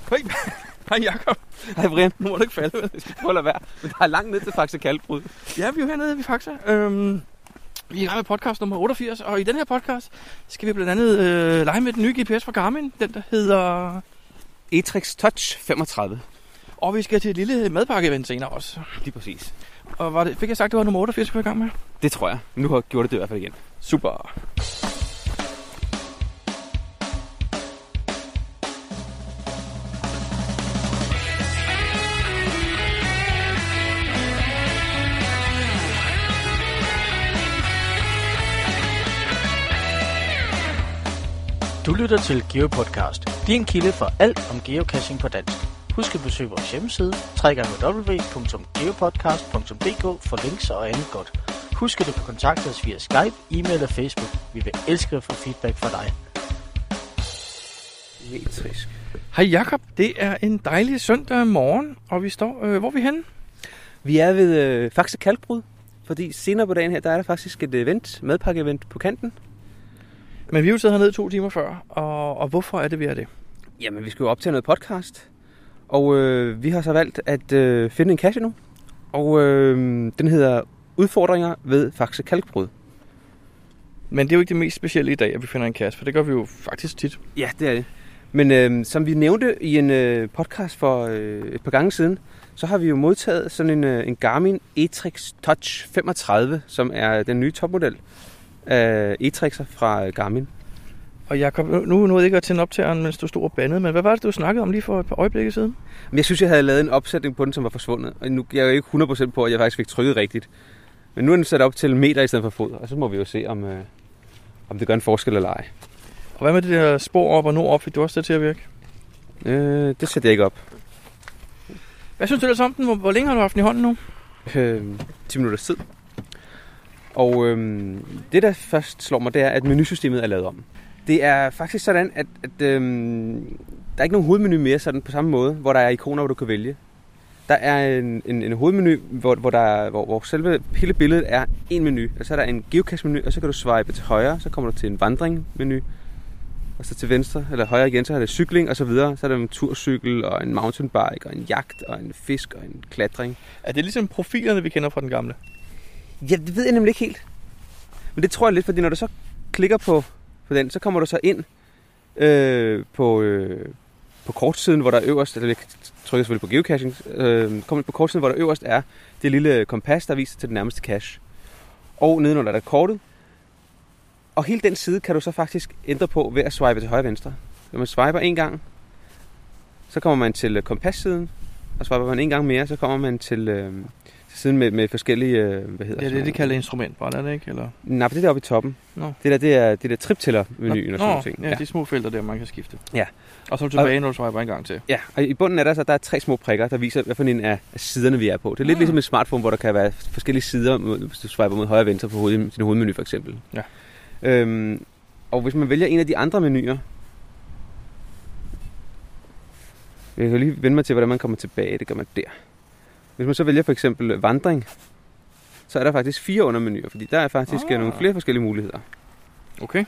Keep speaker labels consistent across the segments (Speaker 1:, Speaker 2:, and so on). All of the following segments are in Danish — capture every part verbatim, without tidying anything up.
Speaker 1: Hej, hej Jacob.
Speaker 2: Hej Brian.
Speaker 1: Nu må du ikke falde.
Speaker 2: Jeg skal prøve at lade være. Men der er langt ned til Faxe Kalkbrud.
Speaker 1: Ja, vi er jo hernede ved Faxe. Øhm, vi er i gang med podcast nummer otteogfirs, og i den her podcast skal vi blandt andet øh, lege med den nye G P S fra Garmin. Den, der hedder
Speaker 2: Etrix Touch femogtredive.
Speaker 1: Og vi skal til et lille madpakke-event senere også.
Speaker 2: Lige præcis.
Speaker 1: Og var det, fik jeg sagt, det var nummer otteogfirs, vi var i gang med?
Speaker 2: Det tror jeg. Nu har jeg gjort det i hvert fald igen.
Speaker 1: Super.
Speaker 3: Du lytter til GeoPodcast, din kilde for alt om geocaching på dansk. Husk at besøge vores hjemmeside, w w w punktum geopodcast punktum d k for links og andet godt. Husk at du kan kontakte os via Skype, e-mail og Facebook. Vi vil elske at få feedback fra dig.
Speaker 2: Metrisk.
Speaker 1: Hej Jacob, det er en dejlig søndag morgen, og vi står, øh, hvor er vi henne?
Speaker 2: Vi er ved øh, Faxe Kalkbrud, fordi senere på dagen her, der er der faktisk et event, madpakke-event på kanten.
Speaker 1: Men vi er jo siddet hernede to timer før, og, og hvorfor er det, vi er det?
Speaker 2: Jamen, vi skal jo optage noget podcast, og øh, vi har så valgt at øh, finde en cache nu, og øh, den hedder Udfordringer ved Faxe Kalkbrud.
Speaker 1: Men det er jo ikke det mest specielle i dag, at vi finder en cache, for det gør vi jo faktisk tit.
Speaker 2: Ja, det er det. Men øh, som vi nævnte i en øh, podcast for øh, et par gange siden, så har vi jo modtaget sådan en, øh, en Garmin Etrix Touch femogtredive, som er den nye topmodel af Etrix'er fra Garmin.
Speaker 1: Og Jacob, nu nåede jeg ikke at tænde optageren, mens du stod og bandede, men hvad var det, du snakkede om lige for et par øjeblikke siden?
Speaker 2: Men jeg synes, jeg havde lavet en opsætning på den, som var forsvundet. Og nu er jeg jo ikke hundrede procent på, at jeg faktisk fik trykket rigtigt. Men nu er den sat op til meter i stedet for fod, og så må vi jo se, om, øh, om det gør en forskel eller ej.
Speaker 1: Og hvad med det der spor op og nord op? Fik du også det til at virke?
Speaker 2: Øh, det sætter jeg ikke op.
Speaker 1: Hvad synes du ellers om den? Hvor, hvor længe har du haft den i hånden nu?
Speaker 2: Øh, ti minutters tid. Og øh, det, der først slår mig, det er, at menusystemet er lavet om. Det er faktisk sådan, at, at øh, der er ikke nogen hovedmenu mere sådan på samme måde, hvor der er ikoner, hvor du kan vælge. Der er en, en, en hovedmenu, hvor, hvor, der er, hvor, hvor selve hele billedet er en menu. Og så er der en geocache-menu, og så kan du swipe til højre, så kommer du til en vandring-menu. Og så til venstre, eller højre igen, så er det cykling og så videre. Så er der en turcykel og en mountainbike og en jagt og en fisk og en klatring.
Speaker 1: Er det ligesom profilerne, vi kender fra den gamle?
Speaker 2: Ja, det ved jeg nemlig ikke helt. Men det tror jeg lidt, fordi når du så klikker på, på den, så kommer du så ind øh, på, øh, på kortsiden, hvor der øverst, eller jeg trykker selvfølgelig på geocaching, øh, kommer på kortsiden, hvor der øverst er det lille kompas, der viser til den nærmeste cache. Og nedenunder er der kortet. Og hele den side kan du så faktisk ændre på ved at swipe til højre og venstre. Når man swiper en gang, så kommer man til kompassiden, og swiper man en gang mere, så kommer man til... Øh, siden med, med forskellige, hvad hedder
Speaker 1: det? Ja, det, det kalder instrumentbræt, er det ikke? Eller?
Speaker 2: Nej, det er deroppe i toppen.
Speaker 1: Nå.
Speaker 2: Det der, det er det der triptæller-menuen og sådan noget ting.
Speaker 1: Ja, de små felter der, man kan skifte.
Speaker 2: Ja.
Speaker 1: Og så er du tilbage, og, når du swiper en gang til.
Speaker 2: Ja, og i bunden er der så der er tre små prikker, der viser, hvad for en af siderne vi er på. Det er lidt mm. ligesom et smartphone, hvor der kan være forskellige sider, hvis du swiper mod højre og venstre på hoved, sin hovedmenu for eksempel.
Speaker 1: Ja.
Speaker 2: Øhm, og hvis man vælger en af de andre menuer, jeg kan lige vende mig til, hvordan man kommer tilbage. Det gør man der. Hvis man så vælger for eksempel vandring, så er der faktisk fire undermenuer, fordi der er faktisk ah. nogle flere forskellige muligheder.
Speaker 1: Okay.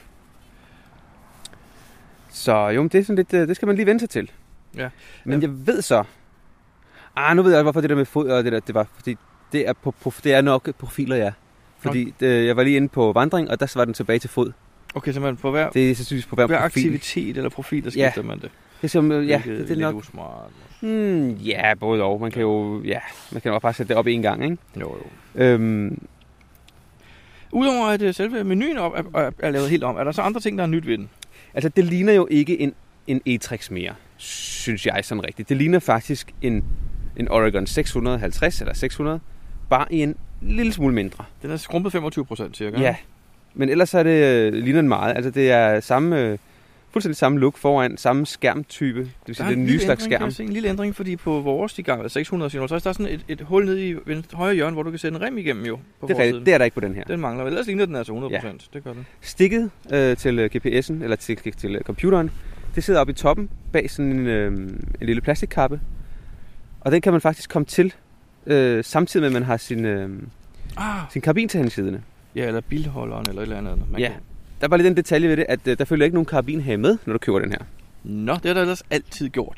Speaker 2: Så jo, det er sådan lidt, det skal man lige vende sig til.
Speaker 1: Ja.
Speaker 2: Men jeg ved så, ah, nu ved jeg hvorfor det der med fod og det der, det var, fordi det er, på, det er nok profiler, ja. Fordi okay. det, jeg var lige inde på vandring, og der var den tilbage til fod.
Speaker 1: Okay, så man på hver,
Speaker 2: det er så på hver,
Speaker 1: hver
Speaker 2: profil.
Speaker 1: aktivitet eller profil, der skifter
Speaker 2: ja.
Speaker 1: man det.
Speaker 2: Det er som, ja,
Speaker 1: det,
Speaker 2: det, det er nok
Speaker 1: usmart.
Speaker 2: Hmm, ja, både og. Man kan jo, ja, man kan jo bare sætte det op en gang, ikke?
Speaker 1: Jo, jo.
Speaker 2: Øhm,
Speaker 1: Udover at selve menuen op, er, er lavet helt om, er der så andre ting, der er nyt ved den?
Speaker 2: Altså, det ligner jo ikke en, en Etrix mere, synes jeg sådan rigtigt. Det ligner faktisk en, en Oregon seks hundrede og halvtreds eller seks hundrede, bare i en lille smule mindre.
Speaker 1: Den er skrumpet femogtyve procent cirka.
Speaker 2: Ja, men ellers er det, ligner den meget. Altså, det er samme... fuldstændig samme look foran, samme skærmtype. Det vil sige, det er en ny slags skærm.
Speaker 1: Der er en lille ændring, fordi på vores de gange seks hundrede og halvtreds, der er sådan et, et hul nede i venstre, højre hjørne, hvor du kan sætte en rem igennem jo. På
Speaker 2: det, er, det er der ikke på den her.
Speaker 1: Den mangler. Ellers ligner den altså hundrede procent. Ja. Det gør den.
Speaker 2: Stikket øh, til G P S'en, eller til, til computeren, det sidder oppe i toppen, bag sådan en, øh, en lille plastikkappe. Og den kan man faktisk komme til, øh, samtidig med, at man har sin, øh, ah. sin karbin til hensiderne.
Speaker 1: Ja, eller bilholderen, eller et eller andet. Man
Speaker 2: ja.
Speaker 1: kan...
Speaker 2: Der er bare lige den detalje ved det, at øh, der følger ikke nogen karabinhage med, når du køber den her.
Speaker 1: Nå, det er der ellers altid gjort, jo.
Speaker 2: Ja,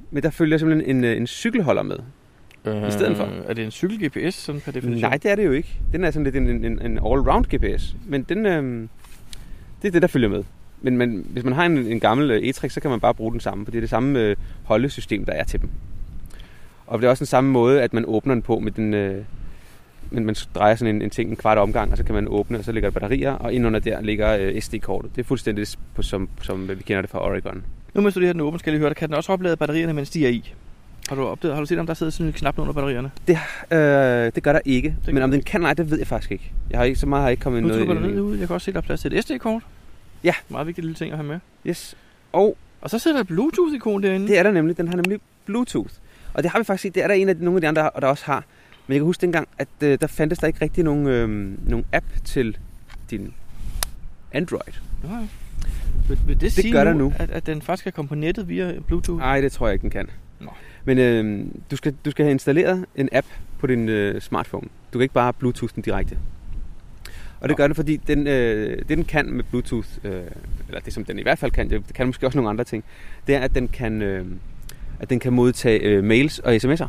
Speaker 2: Men der følger simpelthen en, en cykelholder med.
Speaker 1: Øh,
Speaker 2: I stedet for.
Speaker 1: Er det en cykel-G P S, sådan per definition?
Speaker 2: Nej, det er det jo ikke. Den er sådan lidt en, en, en all-round G P S. Men den, øh, det er det, der følger med. Men, men hvis man har en, en gammel E-Trek, så kan man bare bruge den samme, for det er det samme øh, holdesystem, der er til dem. Og det er også den samme måde, at man åbner den på med den... Øh, men man drejer sådan en, en ting en kvart omgang, og så kan man åbne, og så ligger der batterier, og indunder der ligger øh, S D-kortet. Det er fuldstændig på, som, som vi kender det fra Oregon.
Speaker 1: Nu mens du lige har den åben, skal jeg lige høre, der kan den også oplade batterierne, mens de er i. Har du opdaget, har du set, om der sidder sådan en knap under batterierne?
Speaker 2: Det, øh, det gør der ikke,
Speaker 1: det
Speaker 2: men om den kan, nej, det ved jeg faktisk ikke. Jeg har ikke så meget har ikke kommet
Speaker 1: nu
Speaker 2: noget
Speaker 1: ind. Nu batteriet ud. Jeg kan også se, der er plads til et S D-kort.
Speaker 2: Ja.
Speaker 1: Meget vigtig lille ting at have med.
Speaker 2: Yes. Og,
Speaker 1: og så sidder der et Bluetooth-ikon derinde.
Speaker 2: Det er der nemlig. Den har nemlig Bluetooth. Og det har vi faktisk set. Det er der en af de, nogle af de andre, der, der også har. Men jeg kan huske dengang, at øh, der fandtes der ikke rigtig nogen, øh, nogen app til din Android.
Speaker 1: Nej. Vil, vil det, det sige
Speaker 2: gør
Speaker 1: nu,
Speaker 2: der nu.
Speaker 1: At, at den faktisk kan komme på nettet via Bluetooth?
Speaker 2: Nej, det tror jeg ikke, den kan.
Speaker 1: Nå.
Speaker 2: Men øh, du, skal, du skal have installeret en app på din øh, smartphone. Du kan ikke bare Bluetooth den direkte. Og det Nå. gør den, fordi den, øh, det den kan med Bluetooth, øh, eller det som den i hvert fald kan, det kan måske også nogle andre ting, det er, at den kan, øh, at den kan modtage øh, mails og sms'er.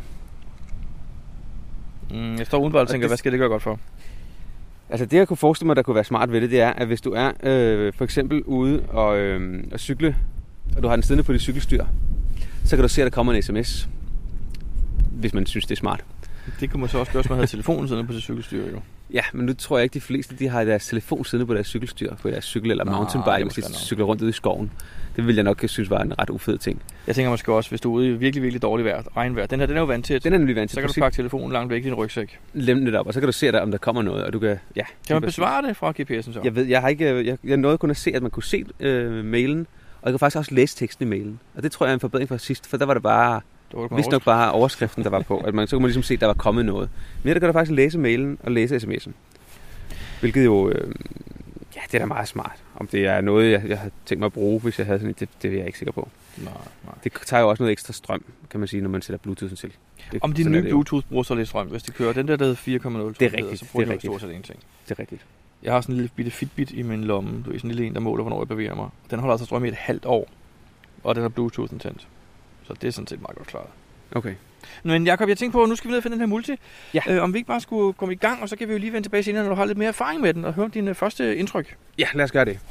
Speaker 1: Mm, jeg står udenbart og tænker, det, hvad skal det gøre godt for?
Speaker 2: Altså det, jeg kunne forestille mig, der kunne være smart ved det, det er, at hvis du er øh, for eksempel ude og, øh, og cykle, og du har den siddende på dit cykelstyr, så kan du se, at der kommer en sms, hvis man synes, det er smart.
Speaker 1: Det kunne man så også gøre, hvis man havde telefonen siddende på sit cykelstyr, jo.
Speaker 2: Ja, men nu tror jeg ikke, de fleste de har deres telefon siddende på deres cykelstyr, på deres cykel eller mountainbike, hvis de cykler rundt ude i skoven. Det ville jeg nok synes var en ret ufed ting.
Speaker 1: Jeg tænker måske også, hvis du er ude i virkelig, virkelig dårligt vejr, regnvejr. Den her, den er jo vant til.
Speaker 2: Den er nemlig vant til.
Speaker 1: Så kan du pakke telefonen langt væk i din rygsæk.
Speaker 2: Lem det op, og så kan du se, der, om der kommer noget, og du kan... Ja,
Speaker 1: kan man besvare det fra G P S'en så?
Speaker 2: Jeg ved, jeg har ikke... Jeg, jeg nåede kun at se, at man kunne se øh, mailen, og jeg kan faktisk også læse teksten i mailen. Og det tror jeg er en forbedring fra sidst, for der var det bare... Hvis nok bare overskriften, der var på. At man, så kunne man ligesom se, at der var kommet noget. Men her der kan du faktisk læse mailen og læse sms'en. Hvilket jo... Øh, ja, det er da meget smart. Om det er noget, jeg, jeg havde tænkt mig at bruge, hvis jeg havde sådan et, det, det er jeg ikke sikker på.
Speaker 1: Nej, nej. Det
Speaker 2: tager jo også noget ekstra strøm, kan man sige, når man sætter Bluetoothen til. Det,
Speaker 1: Om din nye Bluetooth bruger så lidt strøm, hvis det kører den der, der hedder fire komma nul,
Speaker 2: det er rigtigt,
Speaker 1: så bruger
Speaker 2: det er
Speaker 1: det stort set ingenting.
Speaker 2: Det er rigtigt.
Speaker 1: Jeg har sådan en lille bitte Fitbit i min lomme. Du er sådan en lille en, der måler, hvornår jeg bevæger mig. Den holder altså strøm i et halvt år, og den har Bluetoothen tændt. Så det er sådan set meget godt klaret.
Speaker 2: Okay.
Speaker 1: Men Jacob, jeg tænker på, at nu skal vi ned og finde den her multi.
Speaker 2: Ja.
Speaker 1: Øh, om vi ikke bare skulle komme i gang, og så kan vi jo lige vende tilbage senere, når du har lidt mere erfaring med den, og høre din uh, første indtryk.
Speaker 2: Ja, lad os gøre det.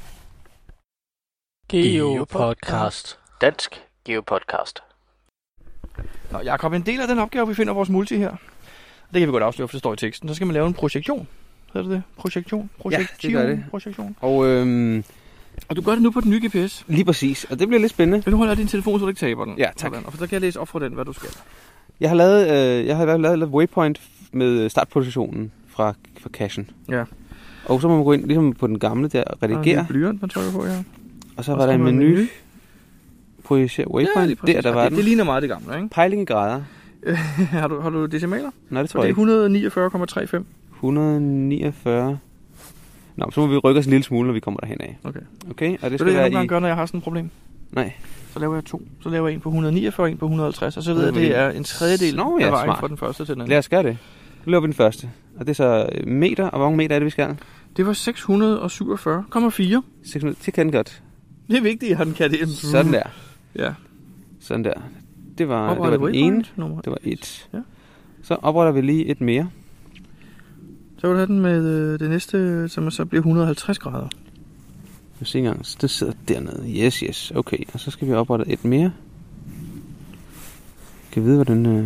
Speaker 3: GeoPodcast. Dansk GeoPodcast.
Speaker 1: Nå, Jacob, en del af den opgave, vi finder vores multi her, det kan vi godt afsløre, for det står i teksten. Så skal man lave en projektion. Hedder det det? Projektion? Projektion?
Speaker 2: Ja, det gør det.
Speaker 1: Projektion.
Speaker 2: Og, øhm,
Speaker 1: og du gør det nu på den nye G P S.
Speaker 2: Lige præcis, og det bliver lidt spændende.
Speaker 1: Vil du holde din telefon, så du ikke taber den?
Speaker 2: Ja, tak.
Speaker 1: Og så kan jeg læse op fra den, hvad du skal.
Speaker 2: Jeg har lavet, øh, jeg har lavet, lavet et waypoint med startpositionen fra, fra cachen.
Speaker 1: Ja.
Speaker 2: Og så må man gå ind ligesom på den gamle der, redigere.
Speaker 1: Og en blyant, man trykker på, ja.
Speaker 2: Og så og var der en menu. menu. Projicere waypoint. Ja, der, der var
Speaker 1: det,
Speaker 2: den.
Speaker 1: Det ligner meget det gamle, ikke?
Speaker 2: Pejling i grader.
Speaker 1: har, du, har du decimaler?
Speaker 2: Nej, det tror jeg
Speaker 1: ikke.
Speaker 2: ikke.
Speaker 1: Det er et hundrede og niogfyrre komma tredive fem.
Speaker 2: et hundrede og niogfyrre. Nå, så må vi rykke os en lille smule, når vi kommer derhen af.
Speaker 1: Okay.
Speaker 2: Okay, og det
Speaker 1: skal
Speaker 2: være
Speaker 1: i... Det
Speaker 2: i...
Speaker 1: gør, når jeg har sådan et problem.
Speaker 2: Nej.
Speaker 1: Så laver jeg to. Så laver jeg en på et hundrede og niogfyrre og en på et hundrede og halvtreds. Og så ved jeg, at det er en tredjedel
Speaker 2: Nå, ja,
Speaker 1: af vejen
Speaker 2: smart.
Speaker 1: fra den første til den anden.
Speaker 2: Lad os gøre det. Nu laver vi den første. Og det er så meter. Og hvor mange meter er det, vi skal?
Speaker 1: Det var seks hundrede og syvogfyrre komma fire.
Speaker 2: seks hundrede. Det kan den godt.
Speaker 1: Det er vigtigt, at han kan det.
Speaker 2: Sådan der.
Speaker 1: Ja.
Speaker 2: Sådan der. Det var, det var den ene. Det var et. Ja. Så opretter vi lige et mere.
Speaker 1: Så vil du have den med øh, det næste, som så bliver et hundrede og halvtreds grader.
Speaker 2: Nu se engang, det sidder dernede. Yes, yes. Okay, og så skal vi oprette et mere. Kan vi vide, hvordan... Øh...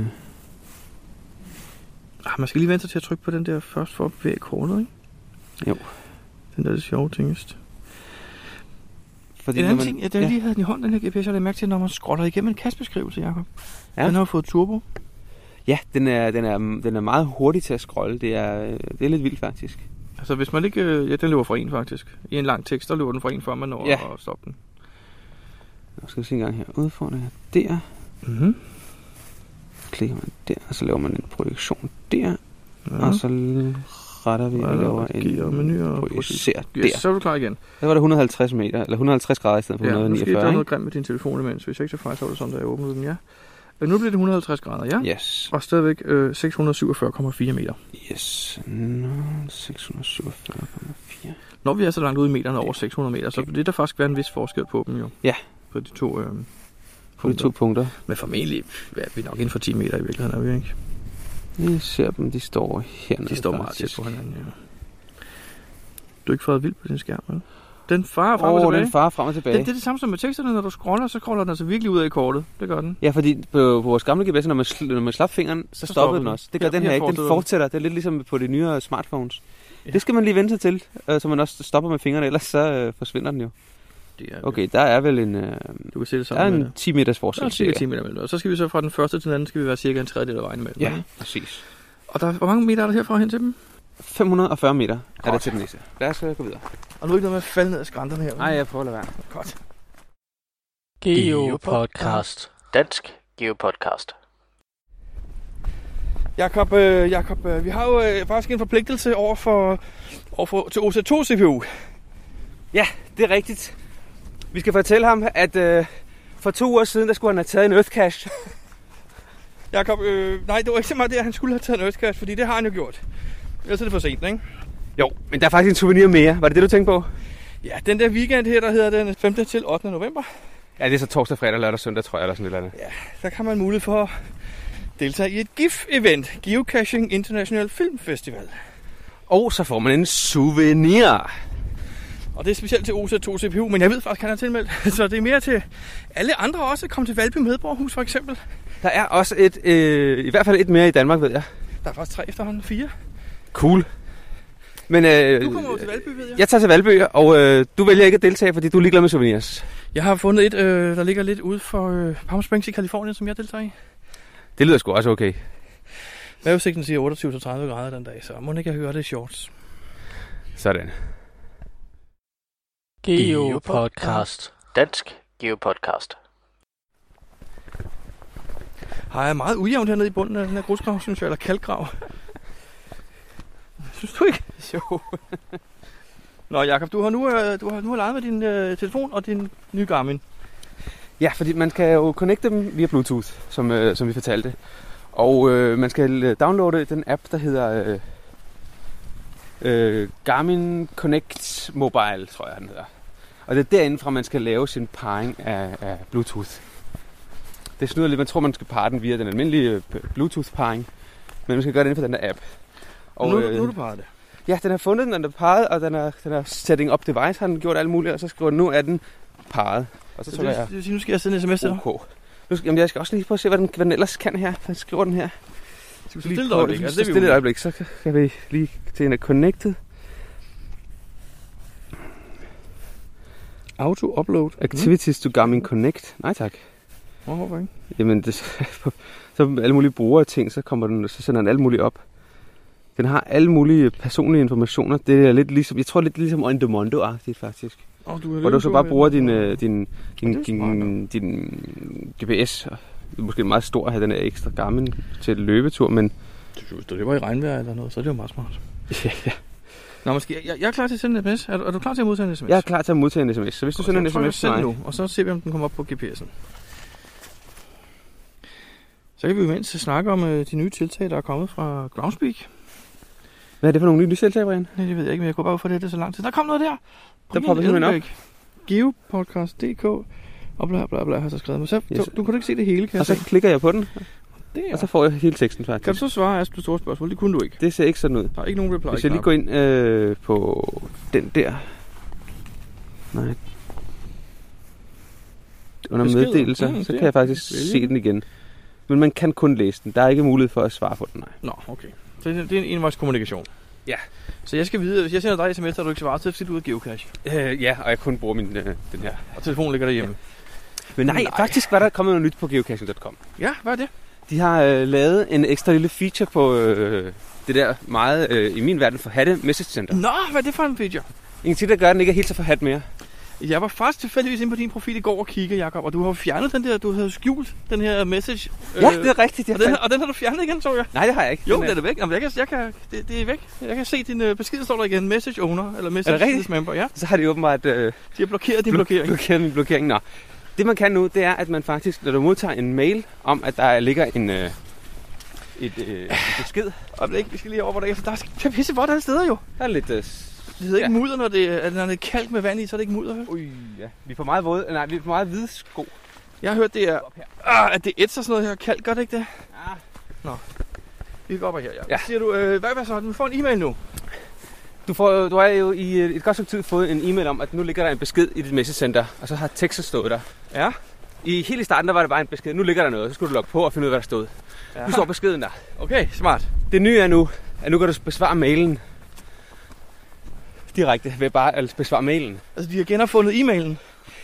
Speaker 1: Ah, man skal lige vente til at trykke på den der først for at bevæge kortet, ikke?
Speaker 2: Jo.
Speaker 1: Den der er det sjove tingest.
Speaker 2: Fordi
Speaker 1: en anden
Speaker 2: man...
Speaker 1: ting, ja, da jeg ja. lige havde den i hånden, den her G P S, jeg havde mærke til, når man scroller igennem en kastbeskrivelse, Jacob. Ja. Den har fået turbo.
Speaker 2: Ja, den er, den, er, den er meget hurtig til at scrolle. Det er, det er lidt vildt, faktisk.
Speaker 1: Altså, hvis man ikke... Ja, den løber fra en, faktisk. I en lang tekst, der løber den fra en, før man når ja. at stoppe den.
Speaker 2: Nu skal vi se en gang her. Udfordringer der.
Speaker 1: Mhm.
Speaker 2: Klikker man der, og så laver man en projektion der. Ja. Og så retter vi og laver en projicer der.
Speaker 1: Yes, så er du klar igen.
Speaker 2: Der var det et hundrede og halvtreds meter, eller et hundrede og halvtreds grader i stedet for
Speaker 1: ja,
Speaker 2: et hundrede og niogfyrre.
Speaker 1: Ja, der er noget grimt med din telefon imens. Hvis jeg ikke så fejl, så var det sådan, da jeg åbnede den, ja. Nu bliver det et hundrede og halvtreds grader, ja?
Speaker 2: Yes.
Speaker 1: Og stadigvæk øh, seks hundrede og syvogfyrre komma fire meter.
Speaker 2: Yes. No, seks hundrede og syvogfyrre komma fire.
Speaker 1: Når vi er så langt ude i meterne over seks hundrede meter, så vil det der faktisk være en vis forskel på dem jo.
Speaker 2: Ja.
Speaker 1: På de to, øh,
Speaker 2: på de to punkter.
Speaker 1: Men formentlig er vi nok inden for ti meter i virkeligheden, er vi ikke?
Speaker 2: Jeg ser dem, de står hernede.
Speaker 1: De står meget tæt på hinanden, ja. Du har ikke fået vildt på din skærm, eller? Den farer frem
Speaker 2: oh,
Speaker 1: og tilbage.
Speaker 2: den farer frem og tilbage.
Speaker 1: Det, det er det samme som med teksterne, når du scroller, så scroller den altså virkelig ud af kortet. Det gør den.
Speaker 2: Ja, fordi på, på vores gamle G P S, når man, sl- når man slap fingeren, så, så stopper den også. Det gør ja, den her ikke. Den fortsætter. Det er lidt ligesom på de nyere smartphones. Ja. Det skal man lige vente sig til, øh, så man også stopper med fingrene, ellers så øh, forsvinder den jo. Det er okay, der er vel en, øh,
Speaker 1: du kan se det
Speaker 2: der er en ti meters forskel.
Speaker 1: Der er cirka ti meter mellem. Og så skal vi så fra den første til den anden, skal vi være cirka en tredjedel af vejen imellem.
Speaker 2: Ja, præcis.
Speaker 1: Og der, hvor mange meter er der herfra hen til dem?
Speaker 2: fem hundrede og fyrre meter er der til den næste. Lad os gå videre.
Speaker 1: Og nu er ikke noget med at falde ned ad skrænterne her.
Speaker 2: Nej, jeg prøver at lade være.
Speaker 1: Godt.
Speaker 3: GeoPodcast. Dansk GeoPodcast.
Speaker 1: Jakob, øh, Jakob øh, vi har jo øh, faktisk en forpligtelse over for, over for til O Z to C P U.
Speaker 2: Ja, det er rigtigt. Vi skal fortælle ham, at øh, for to uger siden, der skulle han have taget en Earth Cache.
Speaker 1: Jakob, øh, nej, det var ikke så meget det, at han skulle have taget en Earth Cache, fordi det har han jo gjort. Ellers er det for sent, ikke?
Speaker 2: Jo, men der er faktisk en souvenir mere. Var det det, du tænkte på?
Speaker 1: Ja, den der weekend her, der hedder den femte til ottende november.
Speaker 2: Ja, det er så torsdag, fredag, lørdag, søndag, tror jeg, eller sådan et eller andet.
Speaker 1: Ja, der kan man mulighed for at deltage i et GIF-event. Geocaching International Film Festival.
Speaker 2: Og så får man en souvenir.
Speaker 1: Og det er specielt til O Z to C P U, men jeg ved faktisk, at han er tilmeldt. Så det er mere til alle andre også. Kom til Valby Medborgerhus for eksempel.
Speaker 2: Der er også et, øh, i hvert fald et mere i Danmark, ved jeg.
Speaker 1: Der er faktisk tre efterhånden, fire.
Speaker 2: Cool. Men, øh,
Speaker 1: du kommer over til Valby, ved jeg.
Speaker 2: Jeg tager til Valby, og øh, du vælger ikke at deltage, fordi du er ligeglad med souvenirs.
Speaker 1: Jeg har fundet et, øh, der ligger lidt ude for øh, Palm Springs i Californien, som jeg deltager i.
Speaker 2: Det lyder sgu også okay.
Speaker 1: Vejrudsigten siger otteogtyve til tredive grader den dag, så må ikke jeg høre det i shorts.
Speaker 2: Sådan.
Speaker 3: GeoPodcast. Dansk GeoPodcast.
Speaker 1: Har jeg meget ujævnt hernede i bunden af den her grusgrav, synes jeg, eller kalkgrav. Synes du ikke? Jo. Nå, Jakob, du har nu, øh, du har nu leget med din øh, telefon og din nye Garmin.
Speaker 2: Ja, fordi man skal jo connecte dem via Bluetooth, som, øh, som vi fortalte. Og øh, man skal downloade den app, der hedder øh, øh, Garmin Connect Mobile, tror jeg, den hedder. Og det er derindefra, man skal lave sin parring af, af Bluetooth. Det snyder lidt. Man tror, man skal parre den via den almindelige Bluetooth-parring. Men man skal gøre det inden for den der app.
Speaker 1: Og nu, øh, nu er du parret det?
Speaker 2: Ja, den har fundet den, den er parret, og den er, den er setting up device, har den gjort alt muligt. Og så skriver den, nu er den parret. Og så, så tror
Speaker 1: det,
Speaker 2: jeg,
Speaker 1: det, nu skal jeg sende en sms til dig.
Speaker 2: Okay. Nu skal, jamen, jeg skal også lige prøve at se, hvad den, hvad den ellers kan her. Den skriver den her.
Speaker 1: Skal vi stille et øjeblik?
Speaker 2: Ja, det stille et øjeblik, så kan vi lige til en af connected.
Speaker 1: Auto-upload.
Speaker 2: Activities to Garmin Connect. Nej tak.
Speaker 1: Hvorfor ikke?
Speaker 2: Jamen, det, så alle mulige brugere ting, så, kommer den, så sender den alt muligt op. Den har alle mulige personlige informationer. Det er lidt ligesom, jeg tror lidt ligesom Ondomondo-agtigt faktisk.
Speaker 1: Oh, du
Speaker 2: hvor du så bare bruger din, din, din, din, din, din G P S. Det er måske meget stor at have den her ekstra Garmin til løbetur, men...
Speaker 1: Hvis det var i regnvejr eller noget, så er det jo meget smart.
Speaker 2: Ja, ja.
Speaker 1: Nå, måske, jeg, jeg er klar til at sende en sms. Er du, er du klar til at modtage en sms?
Speaker 2: Jeg er klar til at modtage en sms. Så hvis du sender en sms til mig...
Speaker 1: nu, og så ser vi, om den kommer op på G P S'en. Så kan vi jo imens snakke om øh, de nye tiltag, der er kommet fra Groundspeak.
Speaker 2: Hvad er det for nogle nye tiltag, Brian?
Speaker 1: Nej, det ved jeg ikke, men jeg går bare ud for det, det er så lang tid. Der kom noget der!
Speaker 2: Der popper simpelthen op.
Speaker 1: geopodcast punktum d k og bla bla bla har så skrevet mig. Så, yes. Du kan ikke se det hele, kan
Speaker 2: Og så se. Klikker jeg på den,
Speaker 1: det
Speaker 2: og så får jeg hele teksten faktisk.
Speaker 1: Kan du så svare Ask du store spørgsmål? Det kunne du ikke.
Speaker 2: Det ser ikke sådan ud.
Speaker 1: Der er ikke nogen reply.
Speaker 2: Hvis jeg lige går ind øh, på den der... Nej. Under Beskeder. meddelelser, mm, så kan jeg faktisk Vælge. se den igen. Men man kan kun læse den. Der er ikke mulighed for at svare på den, nej.
Speaker 1: Nå, okay. Så det er en envejskommunikation.
Speaker 2: Ja.
Speaker 1: Så jeg skal vide, hvis jeg sender dig sms, og du ikke svarer, så skal du ud af geocache.
Speaker 2: Øh, ja, og jeg kun bruger min, øh, den her.
Speaker 1: Og telefonen ligger derhjemme.
Speaker 2: Ja. Men nej, nej, faktisk var der kommet noget nyt på geocaching punktum com.
Speaker 1: Ja, hvad er det?
Speaker 2: De har øh, lavet en ekstra lille feature på øh, det der meget, øh, i min verden, forhatte message center.
Speaker 1: Nå, hvad er det for en feature?
Speaker 2: Ingen tid, der gør, at den ikke er helt så forhat mere.
Speaker 1: Jeg var faktisk tilfældigvis inde på din profil i går og kigge, Jakob, og du har fjernet den der, du havde skjult den her message.
Speaker 2: Ja, øh, det er rigtigt.
Speaker 1: Og den, og den har du fjernet igen, så jeg.
Speaker 2: Nej, det har jeg ikke.
Speaker 1: Jo, den er det væk. Jamen, jeg kan, jeg kan, det, det er væk. Jeg kan se din uh, besked, står der igen. Message owner, eller message member, ja.
Speaker 2: Så har de åbenbart... Øh,
Speaker 1: de har blokeret din blo- blokering.
Speaker 2: Blokeret min blokering, nå. Det man kan nu, det er, at man faktisk, når du modtager en mail om, at der ligger en... Øh, et, øh, et besked.
Speaker 1: Og det, vi skal lige over, hvor der er. Der er pisse vådt alle steder jo.
Speaker 2: Der er lidt... Øh,
Speaker 1: Det hedder ikke ja. mudder, når det, er, når det er kalk med vand i, så er det ikke mudder.
Speaker 2: Ui, ja. Vi får meget våde, nej, vi får meget hvide sko.
Speaker 1: Jeg har hørt, det er, ah, at det ætser sådan noget her kaldt. Gør det ikke det?
Speaker 2: Ja.
Speaker 1: Nå. Vi går op her, ja.
Speaker 2: Ja.
Speaker 1: Siger du, øh, hvad er så? Du får en e-mail nu.
Speaker 2: Du, får, du har jo i et godt stykke tid fået en e-mail om, at nu ligger der en besked i dit messagecenter, og så har teksten stået der.
Speaker 1: Ja.
Speaker 2: I helt i starten, der var det bare en besked. Nu ligger der noget, så skulle du logge på og finde ud af, hvad der stod. Ja. Nu står beskeden der.
Speaker 1: Okay, smart.
Speaker 2: Det nye er nu, at nu kan du besvare mailen direkte ved bare at besvare mailen.
Speaker 1: Altså, de har genopfundet e-mailen.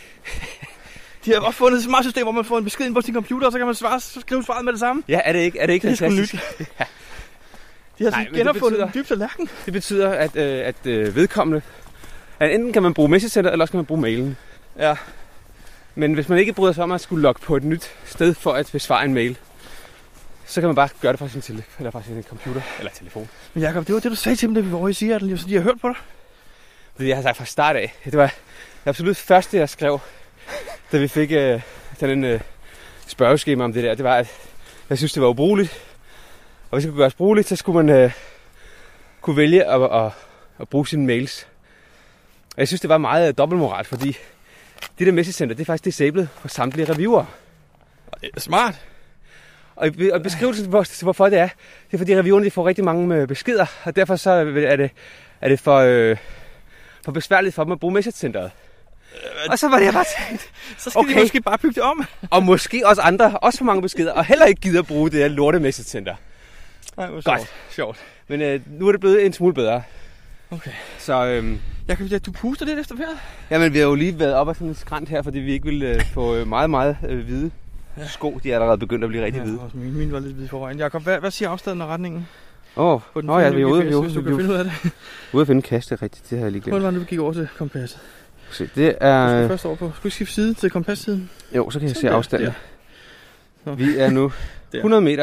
Speaker 1: De har opfundet et smart system, hvor man får en besked ind på sin computer, og så kan man svare, så skrive svaret med det samme.
Speaker 2: Ja, er det ikke, er det ikke
Speaker 1: det er
Speaker 2: fantastisk?
Speaker 1: Sgu nyt. Ja. De har altså genopfundet den dybeste lærken.
Speaker 2: Det betyder, at, øh, at øh, vedkommende... At enten kan man bruge messagecenter, eller også kan man bruge mailen.
Speaker 1: Ja.
Speaker 2: Men hvis man ikke bryder sig om at skulle logge på et nyt sted for at besvare en mail, så kan man bare gøre det fra sin, tele- eller fra sin computer eller telefon.
Speaker 1: Men Jacob, det var det, du sagde til dem, da vi var over i Seattle, så de har hørt på dig.
Speaker 2: Det jeg har sagt fra start af. Det var det absolut første, jeg skrev, da vi fik øh, den øh, spørgeskema om det der. Det var, at jeg synes, det var ubrugeligt. Og hvis det kunne gøres brugeligt, så skulle man øh, kunne vælge at, at, at bruge sine mails. Og jeg synes, det var meget dobbeltmoral, fordi det der messagecenter, det er faktisk disabled for samtlige reviewer.
Speaker 1: Smart.
Speaker 2: Og i, og beskrivelsen, hvor, hvorfor det er, det er fordi reviewerne de får rigtig mange beskeder, og derfor så er det, er det for, øh, for besværligt for dem at bruge messagecenteret. Og så var det, jeg bare tænkt,
Speaker 1: så skal okay. de måske bare bygge det om.
Speaker 2: Og måske også andre, også for mange beskeder, og heller ikke gider at bruge det her lorte messagecenter.
Speaker 1: Nej, hvor
Speaker 2: godt.
Speaker 1: Sjovt. sjovt.
Speaker 2: Men øh, nu er det blevet en smule bedre.
Speaker 1: Okay.
Speaker 2: Så øhm,
Speaker 1: jeg kan du puster lidt efter vejret.
Speaker 2: Jamen, vi har jo lige været op ad sådan en skrant her, fordi vi ikke ville øh, få øh, meget, meget øh, hvide ja. sko. De er allerede begyndt at blive rigtig
Speaker 1: ja,
Speaker 2: hvide.
Speaker 1: Også min, min var lidt hvide forvejen. Jakob, hvad, hvad siger afstanden og retningen?
Speaker 2: Åh, oh, oh, ja, vi er ude, vi er ude,
Speaker 1: hvis du kan finde ud af det.
Speaker 2: Ude at finde kaste, rigtigt. Det har jeg lige glemt.
Speaker 1: Hvordan var det, du gik over til kompasset?
Speaker 2: Se, det er...
Speaker 1: Du skal først over på... Skal vi skifte side til kompassiden?
Speaker 2: Jo, så kan jeg se afstanden. Der. Vi er nu hundrede meter.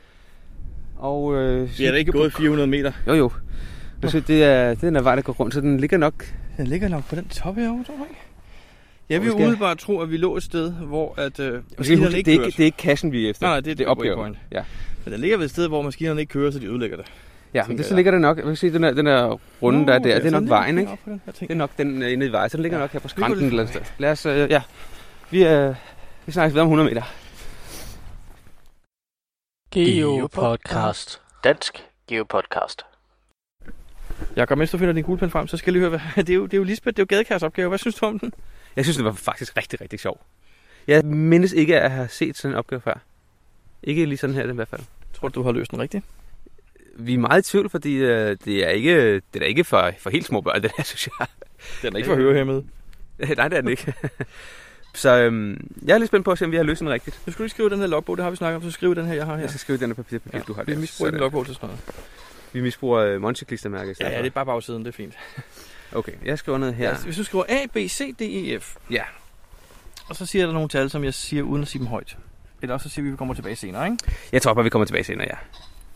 Speaker 2: Og, øh,
Speaker 1: vi er da ikke gået fire hundrede meter.
Speaker 2: Jo, jo. Så det er, det er den vej, der går rundt, så den ligger nok...
Speaker 1: Den ligger nok på den top herovre, tror jeg ikke? Jeg vil jo umiddelbart tro, at vi lå et sted, hvor at, øh, maskinerne ikke
Speaker 2: det er
Speaker 1: kører.
Speaker 2: ikke, det er ikke kassen, vi er efter.
Speaker 1: Nej, nej, det er,
Speaker 2: det er opgaven. Ja.
Speaker 1: Men den ligger ved et sted, hvor maskinerne ikke kører, så de ødelægger det.
Speaker 2: Ja, men det, så ligger det nok. Jeg vil sige, den der, den der runde, Nå, der er der, ja, det er nok vejen, ikke?
Speaker 1: Den her,
Speaker 2: det er nok den uh, inde i vejen, så den ligger ja. nok her på skrænten et eller andet sted. Lad os, uh, ja. Vi, uh, vi snakkes videre om hundrede meter.
Speaker 3: GeoPodcast. Dansk GeoPodcast.
Speaker 1: Jakob, mens du finder din kuglepen frem, så skal jeg lige høre, hvad... det, er jo, det er jo Lisbeth, det er jo gadekærs opgave. Hvad synes du om den?
Speaker 2: Jeg synes, det var faktisk rigtig, rigtig sjov. Jeg mindes ikke at have set sådan en opgave før. Ikke lige sådan her i hvert fald.
Speaker 1: Tror du, du har løst den rigtigt?
Speaker 2: Vi er meget i tvivl, fordi øh, det er ikke, det er ikke for, for helt små børn, det her, synes jeg.
Speaker 1: Den er ikke for at høre her med.
Speaker 2: Nej, det er den ikke. Så øhm, jeg er lidt spændt på at se, om vi har løst den rigtigt.
Speaker 1: Du skal lige skrive den her logbog, det har vi snakket om, så skriv den her, jeg har her.
Speaker 2: Jeg skal skrive den her papir, papir ja, du har der.
Speaker 1: Vi misbruger den logbog til sådan noget.
Speaker 2: Vi misbruger øh, Monte-klistermærke i stedet.
Speaker 1: Ja, ja, det er bare bagsiden, det er fint.
Speaker 2: Okay, jeg skriver noget her.
Speaker 1: Ja, hvis du skriver A, B, C, D, E, F.
Speaker 2: Ja.
Speaker 1: Og så siger der nogle tal, som jeg siger, uden at sige dem højt. Eller også så siger vi, at vi kommer tilbage senere, ikke?
Speaker 2: Jeg tror bare, vi kommer tilbage senere, ja.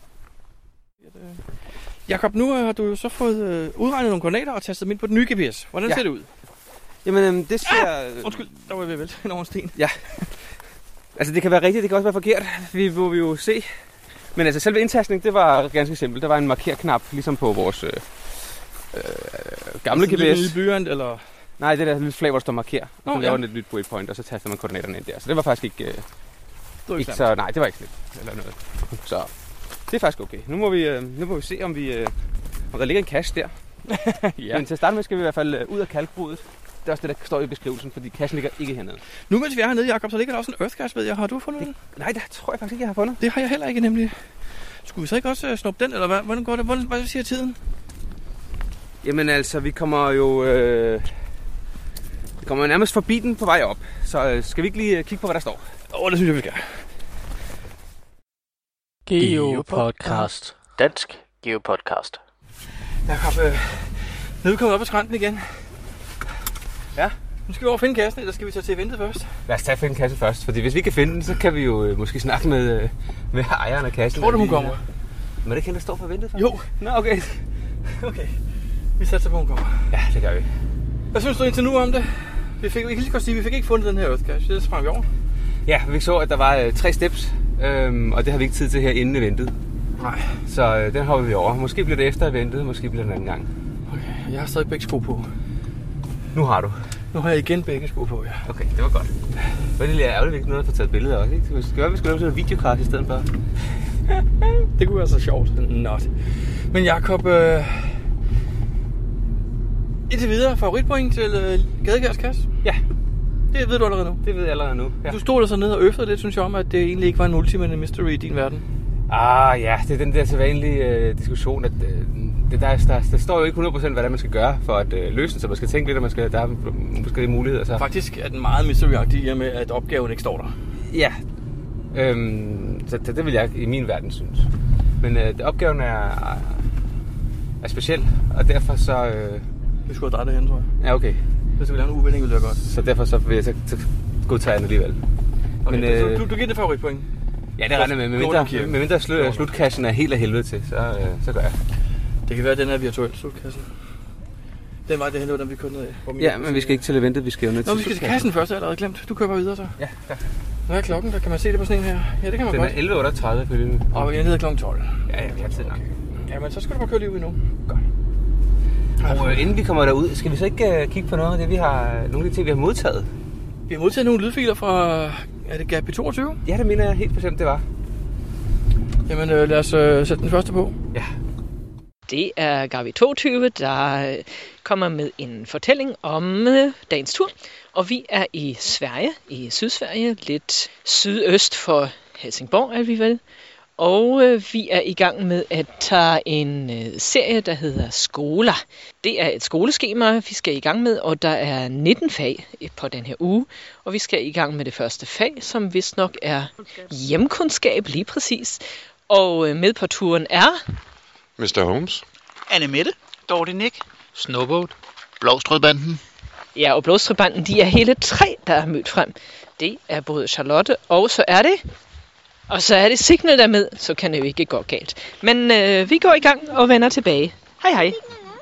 Speaker 1: Jakob, nu har du jo så fået øh, udregnet nogle koordinater og tastet dem ind på den nye G P S. Hvordan ja. ser det ud?
Speaker 2: Jamen, øhm, det ser...
Speaker 1: Ah! Undskyld, der var jeg ved at vælte en over en sten.
Speaker 2: Ja. Altså, det kan være rigtigt, det kan også være forkert. Vi må vi jo se. Men altså, selve indtastning, det var ganske simpelt. Der var en markerknap, ligesom på vores øh, øh, gamle altså, G P S.
Speaker 1: Altså, i byen, eller...
Speaker 2: Nej, det der lille flag, hvor der står marker. Og så
Speaker 1: oh,
Speaker 2: laver
Speaker 1: ja.
Speaker 2: den et nyt waypoint, og så taster man koordinaterne ind der. Så det var faktisk ikke... Øh,
Speaker 1: det
Speaker 2: ikke så, nej, det var ikke slemt. Eller noget. Så det er faktisk okay. Nu må vi, øh, nu må vi se, om, vi, øh, om der ligger en cache der. Ja. Men til at starte med skal vi i hvert fald øh, ud af kalkbruddet. Det er også det, der står i beskrivelsen, fordi cachen ligger ikke hernede.
Speaker 1: Nu mens vi er hernede, Jakob, så ligger der også en earth cache, ved jeg. Har du fundet det, den?
Speaker 2: Nej, det tror jeg faktisk ikke, jeg har fundet.
Speaker 1: Det har jeg heller ikke, nemlig. Skulle vi så ikke også uh, snuppe den, eller hvad? Hvordan går det? Hvordan, hvad siger tiden?
Speaker 2: Jamen altså, vi kommer jo... Øh, vi kommer nærmest forbi den på vej op. Så øh, skal vi ikke lige uh, kigge på, hvad der står?
Speaker 1: Åh, oh, det synes jeg, vi skal.
Speaker 3: GeoPodcast. Dansk GeoPodcast.
Speaker 1: Jakob, øh, nu er vi kommet op ad skrænten igen.
Speaker 2: Ja.
Speaker 1: Nu skal vi over og finde kassen, eller skal vi tage til eventet først?
Speaker 2: Lad os tage finde kassen først, fordi hvis vi kan finde den, så kan vi jo øh, måske snakke med, øh, med ejeren af kassen.
Speaker 1: Tror du, hun kommer?
Speaker 2: Men det ikke hende, der står på eventet først?
Speaker 1: Jo.
Speaker 2: Nå, okay.
Speaker 1: Okay. Vi satser på, hun kommer.
Speaker 2: Ja, det gør vi.
Speaker 1: Hvad synes du indtil nu om det? Vi fik, vi kan lige godt sige, vi fik ikke fundet den her earth cache. Det sprang vi over.
Speaker 2: Ja, vi så, at der var øh, tre steps, øhm, og det har vi ikke tid til her inden eventet.
Speaker 1: Nej.
Speaker 2: Så øh, den hopper vi over. Måske bliver det efter eventet, måske bliver det en anden gang.
Speaker 1: Okay, jeg har stadig begge sko på.
Speaker 2: Nu har du.
Speaker 1: Nu har jeg igen begge sko på, ja.
Speaker 2: Okay, det var godt. Det er lidt ærgerligt, at vi ikke nåede at få taget billeder også, ikke? Det skal være, vi skulle lave sådan en videocast i stedet for.
Speaker 1: Det kunne være så sjovt. Not. Men Jakob, øh... indtil videre favoritpoint til øh, Gadekærs kasse?
Speaker 2: Ja.
Speaker 1: Det ved du allerede nu?
Speaker 2: Det ved jeg allerede nu, ja.
Speaker 1: Du stod der så ned og øftede lidt, synes jeg om, at det egentlig ikke var en ultimate mystery i din verden.
Speaker 2: Ah ja, det er den der sædvanlige øh, diskussion, at øh, det der, der, der står jo ikke hundrede procent, hvad det er, man skal gøre for at øh, løse det, så man skal tænke lidt, at man skal, der er forskellige muligheder. Så.
Speaker 1: Faktisk er den meget mystery-agtig i og med, at opgaven ikke står der.
Speaker 2: Ja, øhm, så det, det vil jeg i min verden synes. Men øh, opgaven er, er speciel, og derfor så... Øh...
Speaker 1: Det skulle have dig derhen, tror jeg.
Speaker 2: Ja, okay.
Speaker 1: Hvis du vil lave en uvending, vil det være godt.
Speaker 2: Så derfor så vil jeg så, så godtage den alligevel.
Speaker 1: Okay,
Speaker 2: Men, øh...
Speaker 1: så du, du giver det favoritpoint?
Speaker 2: Ja, det regner med. Med mindre, med mindre slut, slutkassen er helt af helvede til, så, øh, så gør jeg.
Speaker 1: Det kan være, at den er virtuel slutkassen. Den vej, det hen, den vi kører ned af.
Speaker 2: Ja, men vi skal ikke til eventet, vi skal jo ned til
Speaker 1: Nå, vi skal til kassen først, jeg har allerede glemt. Du kører bare videre så.
Speaker 2: Ja, ja.
Speaker 1: Hvad er klokken? Der kan man se det på sådan en her. Ja, det kan man
Speaker 2: den
Speaker 1: godt.
Speaker 2: Den er elleve otteogtredive for det.
Speaker 1: Og jeg er nede klokken tolv.
Speaker 2: Ja, ja, vi har tid nok.
Speaker 1: Okay. Ja, men så skal du bare køre lige ud nu.
Speaker 2: Godt. Og øh, inden vi kommer derud, skal vi så ikke uh, kigge på noget af det, vi har, nogle af de ting, vi har modtaget?
Speaker 1: Vi har modtaget nogle lydfiler fra, er det Gabi toogtyve?
Speaker 2: Ja, det mener jeg helt bestemt, det var.
Speaker 1: Jamen, øh, lad os øh, sætte den første på.
Speaker 2: Ja.
Speaker 4: Det er Gabi toogtyve, der kommer med en fortælling om øh, dagens tur. Og vi er i Sverige, i Sydsverige, lidt sydøst for Helsingborg er vi vel. Og øh, vi er i gang med at tage en øh, serie, der hedder Skoler. Det er et skoleskema, vi skal i gang med, og der er nitten fag på den her uge. Og vi skal i gang med det første fag, som vist nok er hjemkundskab lige præcis. Og øh, med på turen er...
Speaker 5: mister Holmes.
Speaker 3: Anne Mette. Dorte Nick.
Speaker 6: Snowboat.
Speaker 5: Blåstrødbanden.
Speaker 4: Ja, og Blåstrødbanden, de er hele tre, der er mødt frem. Det er både Charlotte, og så er det... Og så er det Signal der med, så kan det jo ikke gå galt. Men øh, vi går i gang og vender tilbage. Hej hej.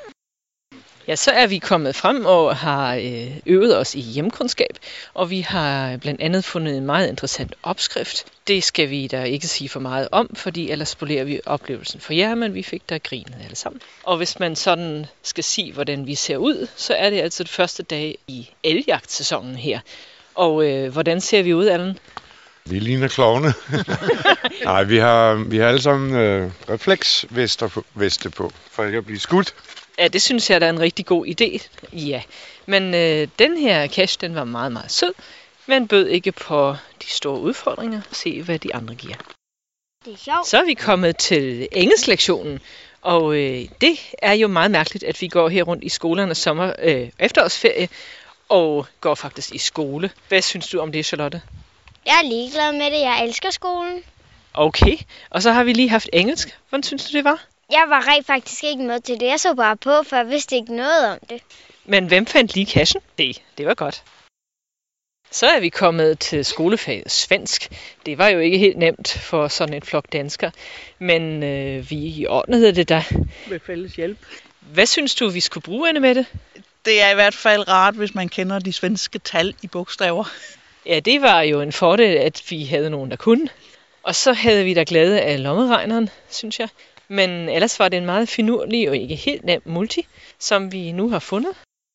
Speaker 4: Ja, så er vi kommet frem og har øh, øvet os i hjemkundskab. Og vi har blandt andet fundet en meget interessant opskrift. Det skal vi da ikke sige for meget om, fordi ellers spolerer vi oplevelsen for jer, men vi fik da grinet alle sammen. Og hvis man sådan skal sige, hvordan vi ser ud, så er det altså det første dag i elgjagtsæsonen her. Og øh, hvordan ser vi ud, Allen?
Speaker 5: Vi ligner klovne. Nej, vi har, vi har alle sammen øh, refleksveste på, veste på, for ikke at blive skudt.
Speaker 4: Ja, det synes jeg, der er en rigtig god idé. Ja, men øh, den her cache, den var meget, meget sød, men bød ikke på de store udfordringer. Se, hvad de andre giver.
Speaker 7: Det er sjovt.
Speaker 4: Så er vi kommet til engelsklektionen, og øh, det er jo meget mærkeligt, at vi går her rundt i skolernes sommer øh, efterårsferie, og går faktisk i skole. Hvad synes du om det, Charlotte?
Speaker 7: Jeg er ligeglad med det. Jeg elsker skolen.
Speaker 4: Okay, og så har vi lige haft engelsk. Hvordan synes du, det var?
Speaker 7: Jeg var rent faktisk ikke med til det. Jeg så bare på, for jeg vidste ikke noget om det.
Speaker 4: Men hvem fandt lige kassen? Det, det var godt. Så er vi kommet til skolefaget svensk. Det var jo ikke helt nemt for sådan en flok danskere. Men øh, vi ordnede det da.
Speaker 6: Med fælles hjælp.
Speaker 4: Hvad synes du, vi skulle bruge, Anne Mette?
Speaker 6: Det er i hvert fald rart, hvis man kender de svenske tal i bogstaver.
Speaker 4: Ja, det var jo en fordel, at vi havde nogen, der kunne. Og så havde vi da glæde af lommeregneren, synes jeg. Men ellers var det en meget finurlig og ikke helt nem multi, som vi nu har fundet.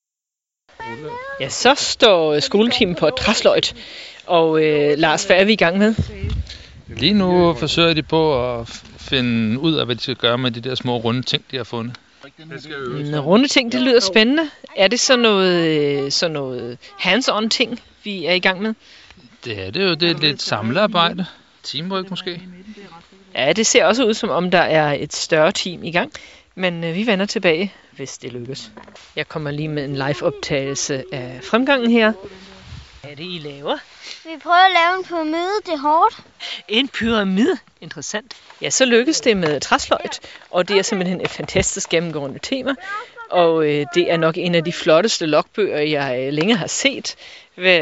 Speaker 4: Ja, så står skoletimen på træsløjt. Og øh, Lars, hvad er vi i gang med?
Speaker 8: Lige nu forsøger de på at finde ud af, hvad de skal gøre med de der små runde ting, de har fundet.
Speaker 4: En runde ting, det lyder spændende. Er det så noget, så noget hands-on ting, vi er i gang med?
Speaker 8: Det er det jo. Det er lidt samlearbejde. Teamwork måske.
Speaker 4: Ja, det ser også ud, som om der er et større team i gang. Men øh, vi vender tilbage, hvis det lykkes. Jeg kommer lige med en live-optagelse af fremgangen her. Hvad er det, I laver?
Speaker 7: Vi prøver at lave en pyramide. Det er hårdt.
Speaker 4: En pyramide. Interessant. Ja, så lykkes det med træsløjt, og det er simpelthen et fantastisk gennemgående tema. Og øh, det er nok en af de flotteste logbøger, jeg længe har set. Hvad,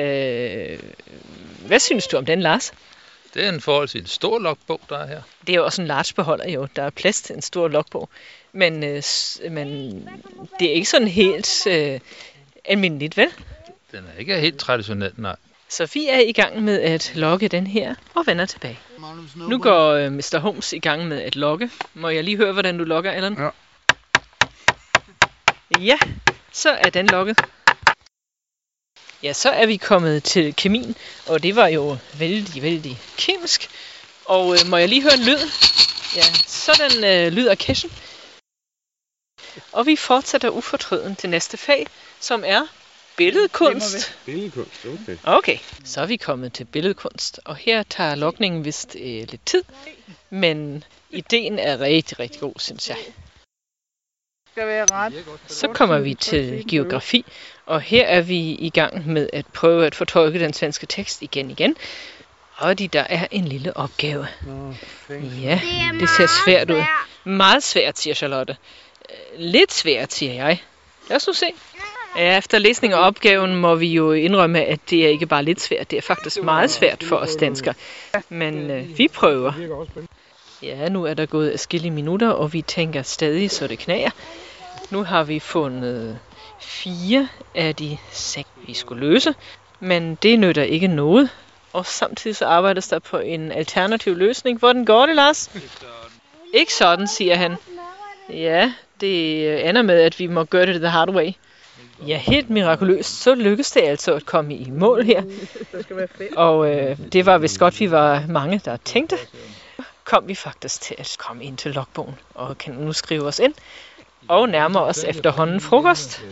Speaker 4: hvad synes du om den, Lars?
Speaker 8: Det er en forholdsvis stor logbog, der er her.
Speaker 4: Det er jo også en large beholder, jo. Der er plads til en stor logbog. Men, øh, men det er ikke sådan helt øh, almindeligt, vel?
Speaker 8: Den er ikke helt traditionel, nej.
Speaker 4: Så vi er i gang med at logge den her og vender tilbage. Nu går øh, mister Holmes i gang med at logge. Må jeg lige høre, hvordan du logger, Allan?
Speaker 5: Ja.
Speaker 4: Ja, så er den logget. Ja, så er vi kommet til kemien, og det var jo vældig, vældig kemisk. Og øh, må jeg lige høre en lyd? Ja, sådan øh, lyder cashen. Og vi fortsætter ufortrøden til næste fag, som er billedkunst.
Speaker 2: Billedkunst, okay.
Speaker 4: Okay, så er vi kommet til billedkunst, og her tager logningen vist øh, lidt tid, men ideen er rigtig, rigtig god, synes jeg.
Speaker 6: Skal være ret.
Speaker 4: Så kommer vi til geografi, og her er vi i gang med at prøve at fortolke den svenske tekst igen igen. Og de der er en lille opgave. Ja, det ser svært ud. Meget svært, siger Charlotte. Lidt svært, siger jeg. Lad os nu se. Ja, efter læsning af opgaven må vi jo indrømme, at det er ikke bare lidt svært. Det er faktisk meget svært for os danskere. Men øh, vi prøver. Ja, nu er der gået adskillige minutter, og vi tænker stadig, så det knager. Nu har vi fundet fire af de seks, vi skulle løse. Men det nytter ikke noget. Og samtidig så arbejdes der på en alternativ løsning. Hvordan går det, Lars? Ikke sådan, siger han. Ja, det ender med, at vi må gøre det the hard way. Ja, helt mirakuløst, så lykkedes det altså at komme i mål her. Og øh, det var vist godt, vi var mange, der tænkte. Kom vi faktisk til at komme ind til logbogen, og kan nu skrive os ind. Og nærme os efterhånden frokost.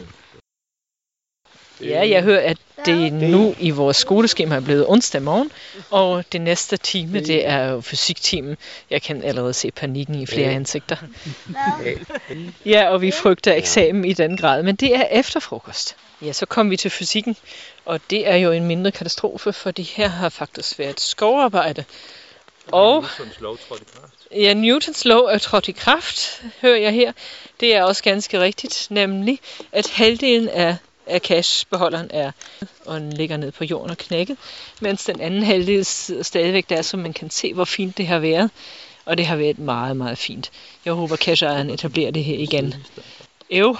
Speaker 4: Ja, jeg hører, at det nu i vores skoleskema er blevet onsdag morgen, og det næste time, det er jo fysiktimen. Jeg kan allerede se panikken i flere ansigter. Ja, og vi frygter eksamen i den grad, men det er efter frokost. Ja, så kom vi til fysikken, og det er jo en mindre katastrofe, for det her har faktisk været skovarbejde. Og ja, Newtons lov er trådt i kraft, hører jeg her. Det er også ganske rigtigt, nemlig at halvdelen af af cashbeholderen er, og den ligger ned på jorden og knækket, mens den anden halvdel sidder stadigvæk der, så man kan se, hvor fint det har været. Og det har været meget, meget fint. Jeg håber, cashejeren etablerer det her igen. Øv.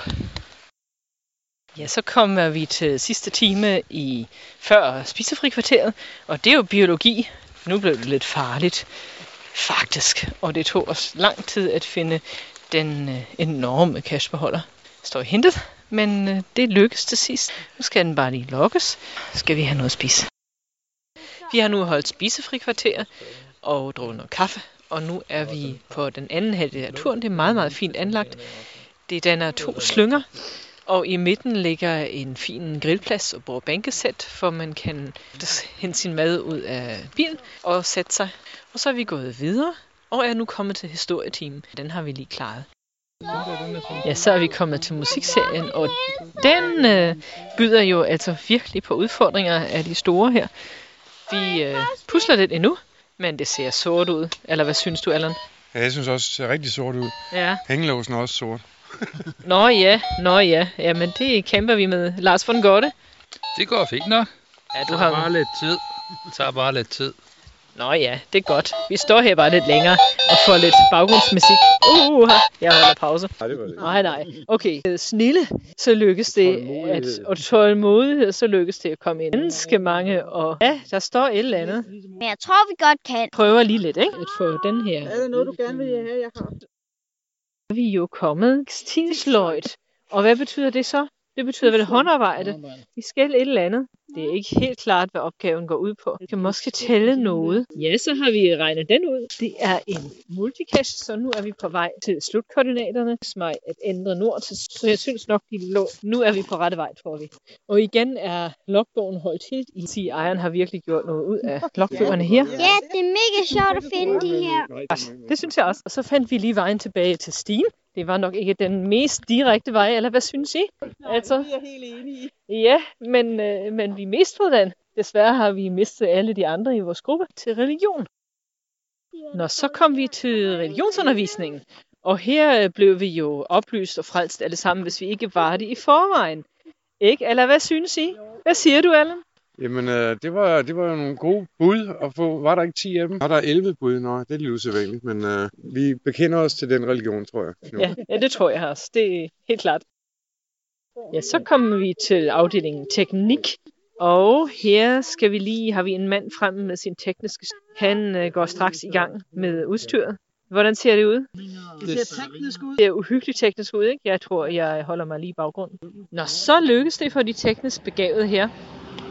Speaker 4: Ja, så kommer vi til sidste time i før spisefrikvarteret, og det er jo biologi. Nu blev det lidt farligt, faktisk. Og det tog os lang tid at finde den enorme cashbeholder. Står i hintet. Men øh, det lykkedes til sidst. Nu skal den bare lige lukkes. Skal vi have noget at spise. Vi har nu holdt spisefrikvarter og drukket noget kaffe. Og nu er vi på den anden halvdel af turen. Det er meget, meget fint anlagt. Det danner to slynger. Og i midten ligger en fin grillplads og bordbænkesæt, for man kan hente sin mad ud af bilen og sætte sig. Og så er vi gået videre og er nu kommet til historietimen. Den har vi lige klaret. Ja, så er vi kommet til musikserien, og den øh, byder jo altså virkelig på udfordringer af de store her. Vi øh, pusler lidt endnu, men det ser sort ud. Eller hvad synes du, Allan?
Speaker 5: Ja, jeg synes også, det ser rigtig sort ud.
Speaker 4: Ja.
Speaker 5: Hængelåsen er også sort.
Speaker 4: Nå ja, nå ja. Jamen det kæmper vi med. Lars, hvordan går det?
Speaker 8: Det går fint nok.
Speaker 4: Ja, du
Speaker 8: det
Speaker 4: har
Speaker 8: bare lidt tid. Det tager bare lidt tid.
Speaker 4: Nå ja, det er godt. Vi står her bare lidt længere og får lidt baggrundsmusik. Uh, jeg holder pause.
Speaker 2: Nej, det var det.
Speaker 4: Nej, nej. Okay, snille, så lykkes det at, og tålmodighed, så lykkes det at komme ind. Ganske mange, og ja, der står et eller andet.
Speaker 7: Men jeg tror, vi godt kan.
Speaker 4: Prøver lige lidt, ikke? At få den her.
Speaker 6: Er der noget, du gerne vil have, jeg har?
Speaker 4: Vi er jo kommet stilsløjt. Og hvad betyder det så? Det betyder vel håndarbejde. Vi skal et eller andet. Det er ikke helt klart, hvad opgaven går ud på. Vi kan måske tælle noget. Ja, så har vi regnet den ud. Det er en multicache, så nu er vi på vej til slutkoordinaterne. Mig at ændre nord til, så jeg synes nok, de lå. Nu er vi på rette vej, tror vi. Og igen er logbogen holdt helt i. Sige, ejeren har virkelig gjort noget ud af logbøgerne her.
Speaker 7: Ja, det er mega sjovt at finde de her.
Speaker 4: Det synes jeg også. Og så fandt vi lige vejen tilbage til stien. Det var nok ikke den mest direkte vej, eller hvad synes I? Altså,
Speaker 6: Det er jeg helt enig i.
Speaker 4: ja, men, øh, men vi mistede den. Desværre har vi mistet alle de andre i vores gruppe til religion. Nå, så kom vi til religionsundervisningen. Og her øh, blev vi jo oplyst og frelst alle sammen, hvis vi ikke var det i forvejen. Ikke? Eller hvad synes I? Hvad siger du, Allan?
Speaker 5: Jamen, øh, det var det var jo nogle gode bud at få. Var der ikke ti af dem? Var der elleve bud? Nå, det er lidt usædvanligt, men øh, vi bekender os til den religion, tror jeg. Nu.
Speaker 4: Ja, ja, det tror jeg også. Det er helt klart. Ja, så kommer vi til afdelingen teknik. Og her skal vi lige, har vi en mand frem med sin tekniske. Han øh, går straks i gang med udstyret. Hvordan ser det ud?
Speaker 6: Det ser teknisk ud.
Speaker 4: Det er uhyggeligt teknisk ud, ikke? Jeg tror, jeg holder mig lige i baggrunden. Nå, så lykkes det for de teknisk begavede her.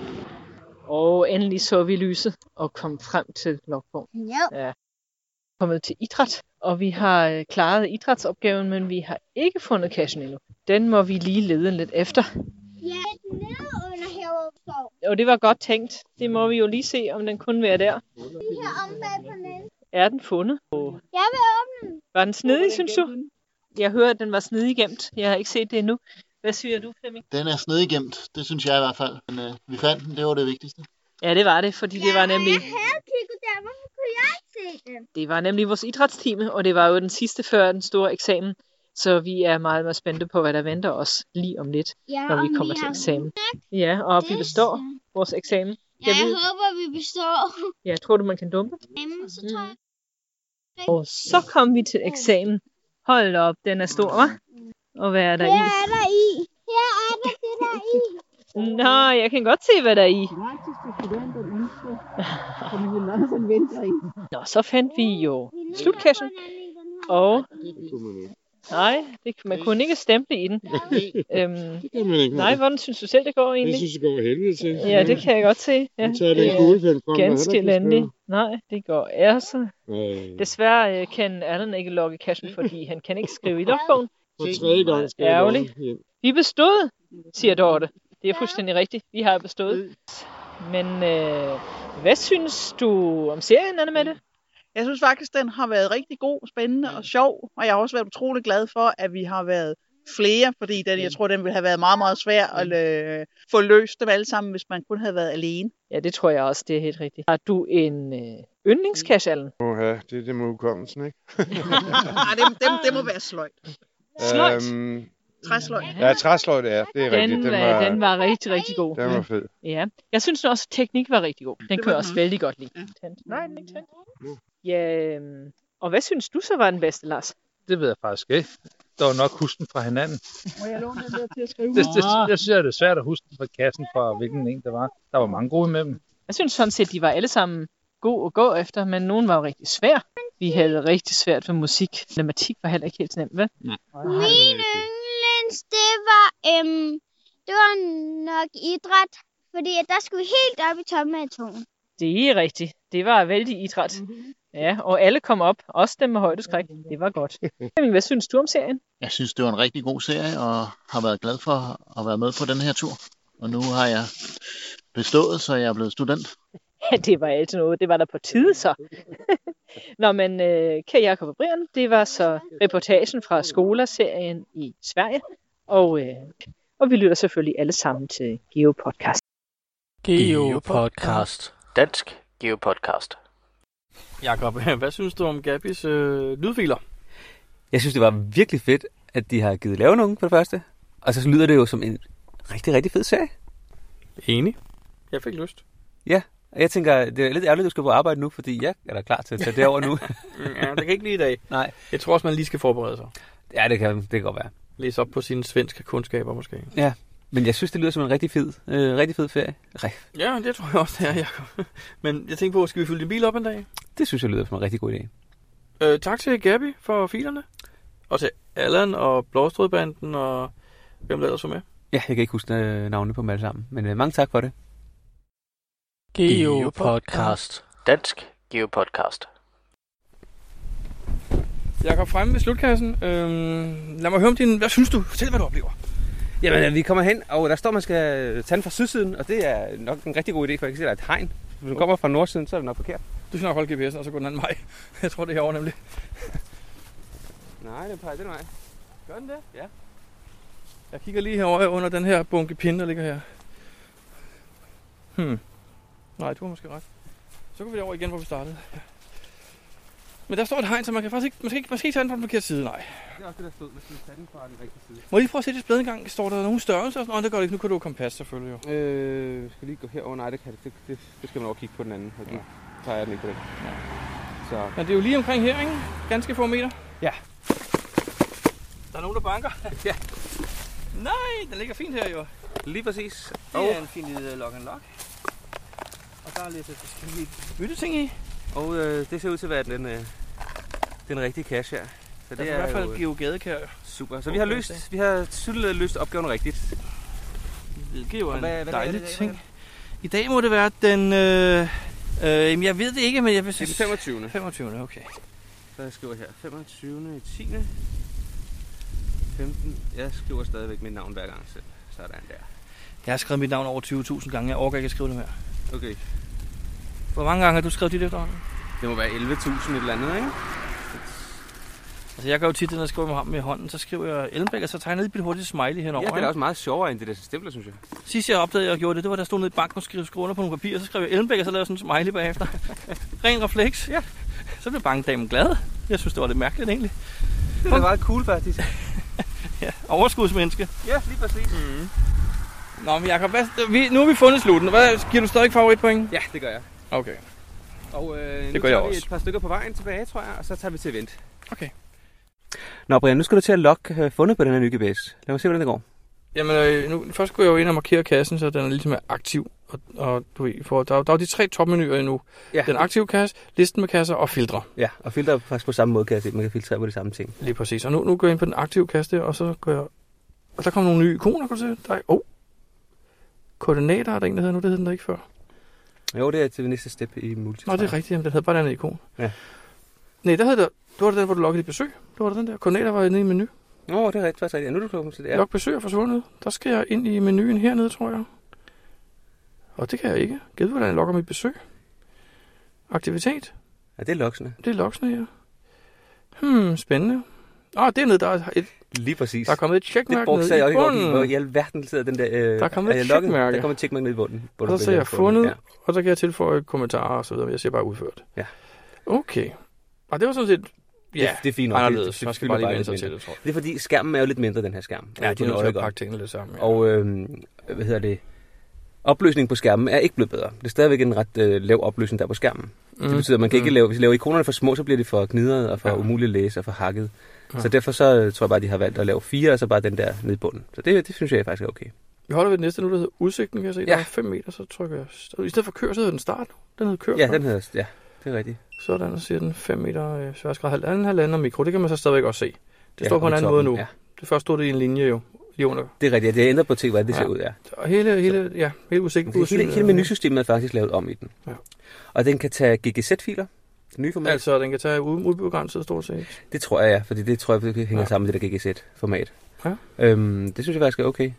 Speaker 4: Og endelig så vi lyset og kom frem til logbogen.
Speaker 7: Ja.
Speaker 4: Ja. Kommet til idræt, og vi har øh, klaret idrætsopgaven, men vi har ikke fundet cashen endnu. Den må vi lige lede lidt efter.
Speaker 7: Ja, den er under her, hvor vi står.
Speaker 4: Og det var godt tænkt. Det må vi jo lige se, om den kunne være der.
Speaker 7: Lige her om bag på den anden.
Speaker 4: Er den fundet?
Speaker 7: Jeg vil åbne den.
Speaker 4: Var den snedig, synes du? Jeg hører, at den var snedig gemt. Jeg har ikke set det endnu. Hvad siger du, Flemming?
Speaker 9: Den er snedig gemt, det synes jeg i hvert fald. Men øh, vi fandt den, det var det vigtigste.
Speaker 4: Ja, det var det, fordi det var nemlig...
Speaker 7: Jeg havde kigget der, hvorfor kunne jeg ikke se den?
Speaker 4: Det var nemlig vores idrætstime, og det var jo den sidste før den store eksamen. Så vi er meget, meget spændte på, hvad der venter os lige om lidt,
Speaker 7: Ja,
Speaker 4: når vi
Speaker 7: om
Speaker 4: kommer
Speaker 7: vi
Speaker 4: til
Speaker 7: har
Speaker 4: eksamen. Ja, og vi
Speaker 7: Det
Speaker 4: består
Speaker 7: siger-
Speaker 4: vores eksamen.
Speaker 7: Ja, jeg håber, vi består.
Speaker 4: Ja, tror du, man kan dumpe?
Speaker 7: Jamen, så tror jeg...
Speaker 4: Og så kom vi til eksamen. Hold op, den er stor, hva'? Og hvad er der
Speaker 7: Her
Speaker 4: i?
Speaker 7: er der i. Her er der det der i.
Speaker 4: Nå, jeg kan godt se, hvad der er i. Nå, så fandt vi jo slutkassen. Og nej, det, man kunne ikke stemple i den. Øhm,
Speaker 5: Det kan man ikke.
Speaker 4: nej, hvordan synes du selv, det går
Speaker 5: Jeg
Speaker 4: egentlig?
Speaker 5: synes, det går helvede til.
Speaker 4: Ja, det kan jeg godt se. Ja.
Speaker 5: Nu tager den
Speaker 4: Det er
Speaker 5: kuglepen frem.
Speaker 4: ganske elendigt. Nej, det går altså.
Speaker 5: Øh,
Speaker 4: Desværre øh, kan Allan ikke logge kassen, fordi han kan ikke skrive i logbogen.
Speaker 5: For tredje gang skal jeg
Speaker 4: Ærgerligt.
Speaker 5: logge hjem.
Speaker 4: Vi bestod, siger Dorte. Det er fuldstændig rigtigt. Vi har bestået. Men øh, hvad synes du om serien, Anne-Mette?
Speaker 6: Jeg synes faktisk, den har været rigtig god, spændende og sjov. Og jeg har også været utrolig glad for, at vi har været flere, fordi den, jeg tror, den ville have været meget, meget svær at øh, få løst dem alle sammen, hvis man kun havde været alene.
Speaker 4: Ja, det tror jeg også, det er helt rigtigt. Har du en øh, yndlingskasse, Allan?
Speaker 5: Åh ja, det er det med udkommelsen, ikke?
Speaker 6: Nej, det, det, det må være sløjt.
Speaker 4: Sløjt?
Speaker 5: Øhm,
Speaker 6: Træsløjt.
Speaker 5: ja, træsløjt er, det er rigtigt.
Speaker 4: Den,
Speaker 5: Den
Speaker 4: øh,
Speaker 5: var,
Speaker 4: den var rigtig, rigtig god.
Speaker 5: den var fed.
Speaker 4: Ja, jeg synes også, at teknik var rigtig god. Den
Speaker 6: Det
Speaker 4: kunne
Speaker 6: var
Speaker 4: jeg også
Speaker 6: den
Speaker 4: vældig godt lide.
Speaker 6: Ja.
Speaker 4: Tændt. Nej, den er ikke tændt. Ja, øhm, og hvad synes du så var den bedste, Lars?
Speaker 8: Det ved jeg faktisk ikke. Der var nok huske den fra hinanden.
Speaker 6: Må jeg låne den der til at skrive?
Speaker 8: Det, det, jeg synes, at det er svært at huske den fra kassen, fra hvilken en der var. Der var mange gode med dem.
Speaker 4: Jeg synes sådan set, de var alle sammen gode at gå efter, men nogen var jo rigtig svær. Vi havde rigtig svært ved musik. Matematik var heller ikke helt nemt, vel?
Speaker 7: Min yndlings, det var, øhm, det var nok idræt. Fordi at der skulle vi helt op i toppen af atomen.
Speaker 4: Det er rigtigt. Det var vældig idræt. Ja, og alle kom op. Også dem med højdeskræk. Det var godt. Jamen, hvad synes du om serien?
Speaker 9: Jeg synes, det var en rigtig god serie, og har været glad for at være med på den her tur. Og nu har jeg bestået, så jeg er blevet student.
Speaker 4: Ja, det var altid noget. Det var der på tide, så. Nå, men øh, kære Jakob og Brian, det var så reportagen fra Skola-serien i Sverige. Og, øh, og vi lytter selvfølgelig alle sammen til Geo Podcast.
Speaker 3: Geo Podcast. Dansk Geo Podcast.
Speaker 1: Jakob, hvad synes du om Gabis øh, lydfiler?
Speaker 2: Jeg synes, det var virkelig fedt, at de har givet lave nogen på det første. Og så lyder det jo som en rigtig, rigtig fed serie.
Speaker 1: Enig. Jeg fik lyst.
Speaker 2: Ja, og jeg tænker, det er lidt ærgerligt, at du skal på arbejde nu, fordi jeg er da klar til at tage det over nu.
Speaker 1: Ja, det kan ikke lige i dag.
Speaker 2: Nej.
Speaker 1: Jeg tror også, man lige skal forberede sig.
Speaker 2: Ja, det kan, det kan godt være.
Speaker 1: Læse op på sine svenske kundskaber måske.
Speaker 2: Ja, men jeg synes, det lyder som en rigtig fed, øh, rigtig fed ferie. Re-
Speaker 1: Ja, det tror jeg også, det er, Jacob. Men jeg tænker på, skal vi fylde din bil op en dag?
Speaker 2: Det synes jeg lyder som en rigtig god idé.
Speaker 1: Øh, tak til Gabi for filerne. Og til Allan og Blåstrødbanden og hvem der ellers var med.
Speaker 2: Ja, jeg kan ikke huske øh, navnene på dem alle sammen, men øh, mange tak for det.
Speaker 3: Geo Podcast. Dansk Geo Podcast.
Speaker 1: Jakob, fremme ved slutkassen. Øhm, lad mig høre om din... Hvad synes du? Fortæl, hvad du oplever.
Speaker 2: Jamen, øh, vi kommer hen, og der står, man skal tage den fra sydsiden, og det er nok en rigtig god idé, for jeg kan se, at der er et hegn. Hvis du kommer fra nordsiden, så er det nok forkert.
Speaker 1: Du skal nok holde G P S'en, og så gå den anden vej. Jeg tror, det er herovre nemlig.
Speaker 2: Nej, den peger den vej.
Speaker 1: Gør den det?
Speaker 2: Ja.
Speaker 1: Jeg kigger lige herovre under den her bunke pinde, der ligger her. Hmm. Nej, du har måske ret. Så går vi derover igen, hvor vi startede. Ja. Men der står et hegn, så man kan faktisk ikke, man skal ikke, man skal ikke tage den fra den forkerte side, nej.
Speaker 2: Det er også det, der stod. Man skal tage den fra den rigtige side.
Speaker 1: Må jeg lige prøve at se det blad en gang? Står der nogen størrelse? Nå, det gør det ikke. Nu kan du jo kompas selvfølgelig jo.
Speaker 2: Øh, skal lige gå herover? Nej, det kan det. Det, det, det skal man over kigge på den anden. Og nu tager jeg den ikke på den. Ja. Så.
Speaker 1: Men det er jo lige omkring her, ikke? Ganske få meter.
Speaker 2: Ja.
Speaker 1: Der er nogen, der banker. Ja. Nej, den ligger fint her jo.
Speaker 2: Lige præcis.
Speaker 1: Det er en fin lille lock and lock. Og der er lidt forskellige bytteting i.
Speaker 2: Og øh, det ser ud til at være den, øh, den rigtige cash her. Så det
Speaker 1: er,
Speaker 2: er
Speaker 1: i hvert fald
Speaker 2: jo,
Speaker 1: Geo Gadekær.
Speaker 2: Super. Så vi har løst, vi har tydeligt løst opgaven rigtigt.
Speaker 1: Det er jo en
Speaker 2: hvad, hvad
Speaker 1: dejlig
Speaker 2: det,
Speaker 1: ting. I dag må det være den... Øh, øh, jeg ved det ikke, men jeg vil
Speaker 2: Det er den femogtyvende
Speaker 1: femogtyvende, okay.
Speaker 2: Så jeg skriver her. femogtyvende i tiende femten Jeg skriver stadigvæk mit navn hver gang selv. Sådan der.
Speaker 1: Jeg har skrevet mit navn over tyve tusind gange. Jeg overgår ikke at skrive det mere.
Speaker 2: Okay.
Speaker 1: Hvor mange gange har du skrevet dit efterhånden?
Speaker 2: Det må være elleve tusind et eller andet, ikke?
Speaker 1: Altså jeg gør jo tit, når jeg skriver med ham med hånden, så skriver jeg Ellenbæk, og så tegner jeg lidt hurtigt smiley henover.
Speaker 2: Ja, det er også meget sjovere end det der stempler, synes jeg.
Speaker 1: Sidst jeg opdagede, at jeg gjorde det, det var, der stod nede i banken og skrev under på nogle papirer, så skrev jeg Ellenbæk, og så lavede jeg sådan en smiley bagefter. Ren refleks.
Speaker 2: Ja.
Speaker 1: Så blev bankdamen glad. Jeg synes, det var lidt mærkeligt egentlig.
Speaker 2: Det var meget cool, faktisk.
Speaker 1: Ja, overskudsmenneske.
Speaker 2: Ja, lige præcis.
Speaker 1: Mm. Nå, men Jacob, hvad, vi, nu har vi fundet slutten. Hvad, giver du stadig favoritpoint?
Speaker 2: Ja, det gør jeg.
Speaker 1: Okay.
Speaker 2: Og øh,
Speaker 1: det
Speaker 2: nu
Speaker 1: gør jeg
Speaker 2: tager vi
Speaker 1: også.
Speaker 2: et par stykker på vejen tilbage, tror jeg, og så tager vi til event.
Speaker 1: Okay.
Speaker 2: Nå, Brian, nu skal du til at logge øh, fundet på den her nye G P S. Lad mig se, hvordan det går.
Speaker 1: Jamen, øh, nu, først går jeg jo ind og markerer kassen, så den er ligesom aktiv. Og, og du ved, for, der, der er jo de tre topmenuer endnu.
Speaker 2: Ja.
Speaker 1: Den aktive kasse, listen med kasser og filtre.
Speaker 2: Ja, og filtre er faktisk på samme måde, kan jeg se. Man kan filtrere på de samme ting.
Speaker 1: Lige præcis. Og nu, nu går jeg ind på den aktive kasse, og så går jeg... Og der kommer nogle nye ikoner, kan du se? Der er... Oh. Koordinater er der en, der hedder nu. Det hed den der ikke før.
Speaker 2: Jo, det er til næste step i multi.
Speaker 1: Nå, det er rigtigt. Jamen, den hedder bare den andet ikon.
Speaker 2: Ja.
Speaker 1: Nej, der hed der... Det var det der, hvor du loggede dit besøg. Det var den der. Koordinater var inde i menu.
Speaker 2: Nå, det er rigtigt. Faktisk rigtigt. Ja, nu er du klokken til det. Ja.
Speaker 1: Log besøg er forsvundet. Der skal jeg ind i menuen hernede, tror jeg. Og det kan jeg ikke. Gæt, hvordan jeg logger mit besøg. Aktivitet.
Speaker 2: Ja, det er logsene.
Speaker 1: Det er logsene, ja. Hmm, spændende. Åh, oh, dernede, der er et...
Speaker 2: Lige præcis.
Speaker 1: Der er kommet et checkmærke nede i
Speaker 2: bunden.
Speaker 1: bunden.
Speaker 2: Hvor i alverden sidder den der... Øh,
Speaker 1: der er kommet et checkmærke.
Speaker 2: Der kommer et checkmærke nede i bunden.
Speaker 1: Og så ser jeg fundet, ja. Og så kan jeg tilføje kommentarer og så videre. Jeg ser bare udført.
Speaker 2: Ja.
Speaker 1: Okay. Og det var sådan set... Ja,
Speaker 2: det, det er fint nok.
Speaker 1: Anderledes.
Speaker 2: Det, det,
Speaker 1: man skal bare lige vende sig til det, tror jeg.
Speaker 2: Det er fordi skærmen er jo lidt mindre, den her skærm.
Speaker 1: Ja, de er nødt til at pakke tingene lidt sammen. Ja.
Speaker 2: Og øh, hvad hedder det? Opløsningen på skærmen er ikke blevet bedre. Det er stadigvæk en ret øh, lav opløsning der på skærmen. Mm. Det betyder, at man kan ikke
Speaker 1: mm.
Speaker 2: lave... Hvis vi laver ikonerne for små, så bliver de for gnidret og for ja. umuligt at læse og for hakket. Ja. Så derfor så tror jeg bare, at de har valgt at lave fire, og så bare den der nede i bunden. Så det, det synes jeg faktisk er okay.
Speaker 1: Vi holder ved det næste nu, der hedder udsigten, kan jeg se. Der
Speaker 2: ja.
Speaker 1: er fem meter, så trykker jeg... I stedet for kør, så hedder den start. Den hedder kør.
Speaker 2: Ja, den hedder... Ja, det er rigtigt.
Speaker 1: Sådan, og siger den fem meter øh, sværhedsgrad, halvanden, halvanden og mikro. Det kan man så stadigvæk også se. Det står
Speaker 2: ja,
Speaker 1: på en anden
Speaker 2: toppen,
Speaker 1: måde nu.
Speaker 2: Ja.
Speaker 1: Det først stod det i en linje jo. Lige under.
Speaker 2: Det er rigtigt. Det er ændret på til, hvordan det
Speaker 1: ja.
Speaker 2: ser ud, ja.
Speaker 1: Og hele, hele, ja, hele udsigten.
Speaker 2: Hele, hele menusystemet er faktisk lavet om i den.
Speaker 1: Ja.
Speaker 2: Og den kan tage G G Z-filer. Det nye format.
Speaker 1: Altså, den kan tage udbegrænset stort set.
Speaker 2: Det tror jeg, ja. Fordi det tror jeg, det hænger ja. sammen med det der G G Z-format.
Speaker 1: Ja.
Speaker 2: Øhm, det synes jeg faktisk er okay.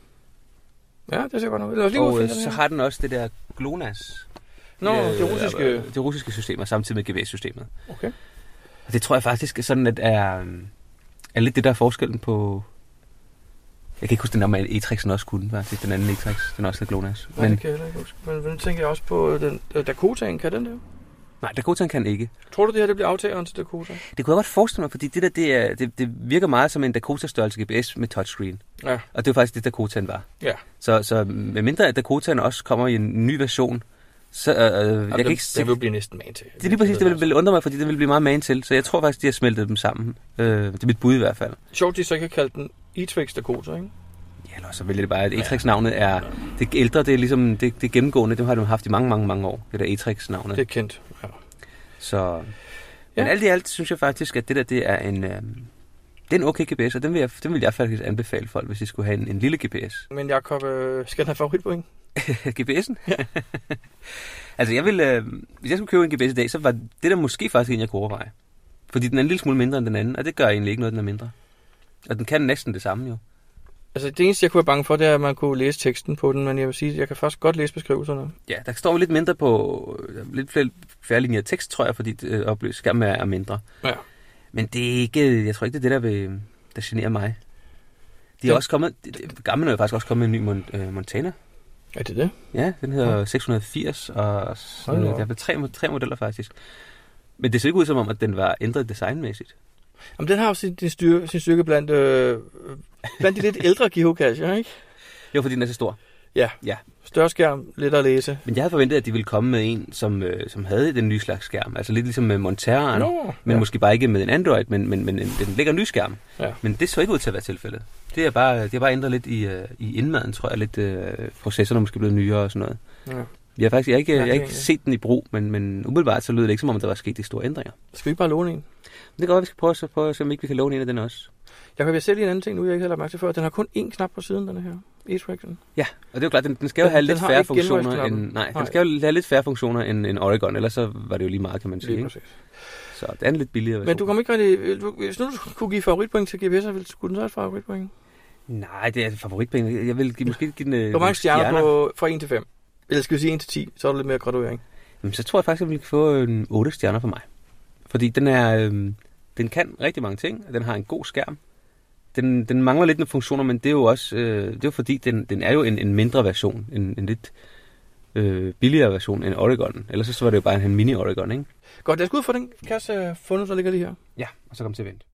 Speaker 1: Ja, det ser godt ud. Og
Speaker 2: ud, så har den også det der GLONASS.
Speaker 1: Nå, øh, det russiske...
Speaker 2: Øh, det russiske systemer, samtidig med G P S-systemet.
Speaker 1: Okay.
Speaker 2: Og det tror jeg faktisk sådan, at er, er lidt det der forskellen på... Jeg kan ikke huske, den der E tre også kunne, faktisk. Den anden E tre, den også lidt GLONASS.
Speaker 1: Nej, men, det kan jeg ikke huske. Men, men tænker jeg også på den uh, Dakotaen, kan den det?
Speaker 2: Nej, Dakotaen kan ikke.
Speaker 1: Tror du, det her det bliver aftageren til Dakota?
Speaker 2: Det kunne jeg godt forestille mig, fordi det der, det, er, det, det virker meget som en Dakota-størrelse G P S med touchscreen.
Speaker 1: Ja.
Speaker 2: Og det var faktisk det, Dakotaen var.
Speaker 1: Ja.
Speaker 2: Så, så med mindre at Dakotaen også kommer i en ny version, så øh,
Speaker 1: Jamen,
Speaker 2: jeg
Speaker 1: det,
Speaker 2: kan ikke
Speaker 1: det vil blive næsten man til.
Speaker 2: Det er lige præcis, det vil, vil undre mig, fordi det vil blive meget man til. Så jeg tror faktisk, de har smeltet dem sammen. Øh, det er mit bud i hvert fald.
Speaker 1: Sjovt, de så ikke har kaldt den E-Trix Dakota, ikke?
Speaker 2: Ja, eller så vil det bare, at E-Trix-navnet er det ældre, det er ligesom det, det gennemgående, det har de haft i mange, mange, mange år, det der E-Trix-navnet.
Speaker 1: Det er kendt, ja.
Speaker 2: Så,
Speaker 1: ja.
Speaker 2: Men alt i alt synes jeg faktisk, at det der, det er en, øh, det er en okay G P S, og den vil jeg, den vil jeg faktisk anbefale folk, hvis de skulle have en, en lille G P S.
Speaker 1: Men Jacob, øh, skal den have favoritpoint?
Speaker 2: G P S'en?
Speaker 1: Ja.
Speaker 2: Altså jeg vil, øh, hvis jeg skulle købe en G P S i dag, så var det der måske faktisk en, jeg kunne overveje. Fordi den er en lille smule mindre end den anden, og det gør egentlig ikke noget, den er mindre. Og den kan næsten det samme jo.
Speaker 1: Altså det eneste, jeg kunne være bange for, det er, at man kunne læse teksten på den, men jeg vil sige, at jeg kan faktisk godt læse beskrivelserne.
Speaker 2: Ja, der står lidt mindre på, lidt flere færre linjer tekst, tror jeg, fordi øh, opløs skærmen er mindre.
Speaker 1: Ja.
Speaker 2: Men det er ikke, jeg tror ikke, det er det, der, vil, der generer mig. De er ja. også kommet, Garmin er jo faktisk også kommet med en ny Mon, øh, Montana.
Speaker 1: Er det det?
Speaker 2: Ja, den hedder ja. seks hundrede og firs, og sådan, der er tre, tre modeller faktisk. Men det ser ikke ud som om, at den var ændret designmæssigt.
Speaker 1: Jamen, den har jo sin, sin, styrke, sin styrke blandt, øh, blandt de lidt ældre geocacher, ikke?
Speaker 2: Jo, fordi den er så stor.
Speaker 1: Ja.
Speaker 2: ja. Større
Speaker 1: skærm, let at læse.
Speaker 2: Men jeg havde forventet, at de ville komme med en, som, øh, som havde den nye slags skærm. Altså lidt ligesom med Monteraen,
Speaker 1: no,
Speaker 2: men
Speaker 1: ja.
Speaker 2: måske bare ikke med en Android, men, men, men en, den ligger ny skærm.
Speaker 1: Ja.
Speaker 2: Men det så ikke ud til at være tilfældet. Det er bare, det er bare ændret lidt i, uh, i indmaden, tror jeg. Lidt øh, processorerne måske blevet nyere og sådan noget. Ja. Jeg har faktisk jeg har ikke, jeg har ikke set den i brug, men, men umiddelbart så lød det ikke som om, der var sket de store ændringer.
Speaker 1: Skal vi ikke bare låne en?
Speaker 2: Det går, vi skal prøve, prøve at se, om ikke vi kan låne en af den også.
Speaker 1: Jeg kan se lige en anden ting nu, jeg ikke havde lagt mærke til før. Den har kun én knap på siden, den her. e-Traxen.
Speaker 2: Ja, og det er jo klart, den, den skal jo
Speaker 1: Den-
Speaker 2: have
Speaker 1: den
Speaker 2: lidt
Speaker 1: har
Speaker 2: færre
Speaker 1: ikke
Speaker 2: funktioner
Speaker 1: genvejsknappen.
Speaker 2: end... Nej, den
Speaker 1: Nej.
Speaker 2: skal jo have lidt færre funktioner end en Oregon, ellers så var det jo lige meget, kan man sige.
Speaker 1: Lige
Speaker 2: Ikke?
Speaker 1: præcis.
Speaker 2: Så det er en lidt billigere
Speaker 1: Men
Speaker 2: version.
Speaker 1: du kommer ikke rigtig... Du, hvis nu du kunne give favoritpoint til G P S'er, ville skulle den så have et favoritpoint?
Speaker 2: Nej, det er favoritpoint. Jeg vil give, måske give den øh,
Speaker 1: Hvor mange stjerner,
Speaker 2: stjerner.
Speaker 1: på fra en til fem? Eller skal vi sige en til ti, så er der lidt mere graduering.
Speaker 2: Jamen, så tror jeg faktisk, at jeg vil få en otte stjerner for mig. Fordi den er... Øh, den kan rigtig mange ting, og den har en god skærm. Den, den mangler lidt nogle funktioner, men det er jo også... Øh, det er jo fordi, den, den er jo en, en mindre version. En, en lidt øh, billigere version end Oregon. Ellers så var det jo bare en mini Oregon, ikke?
Speaker 1: Godt, lad os gå ud for den kasse fundet, så ligger lige her.
Speaker 2: Ja, og så kom til at vente.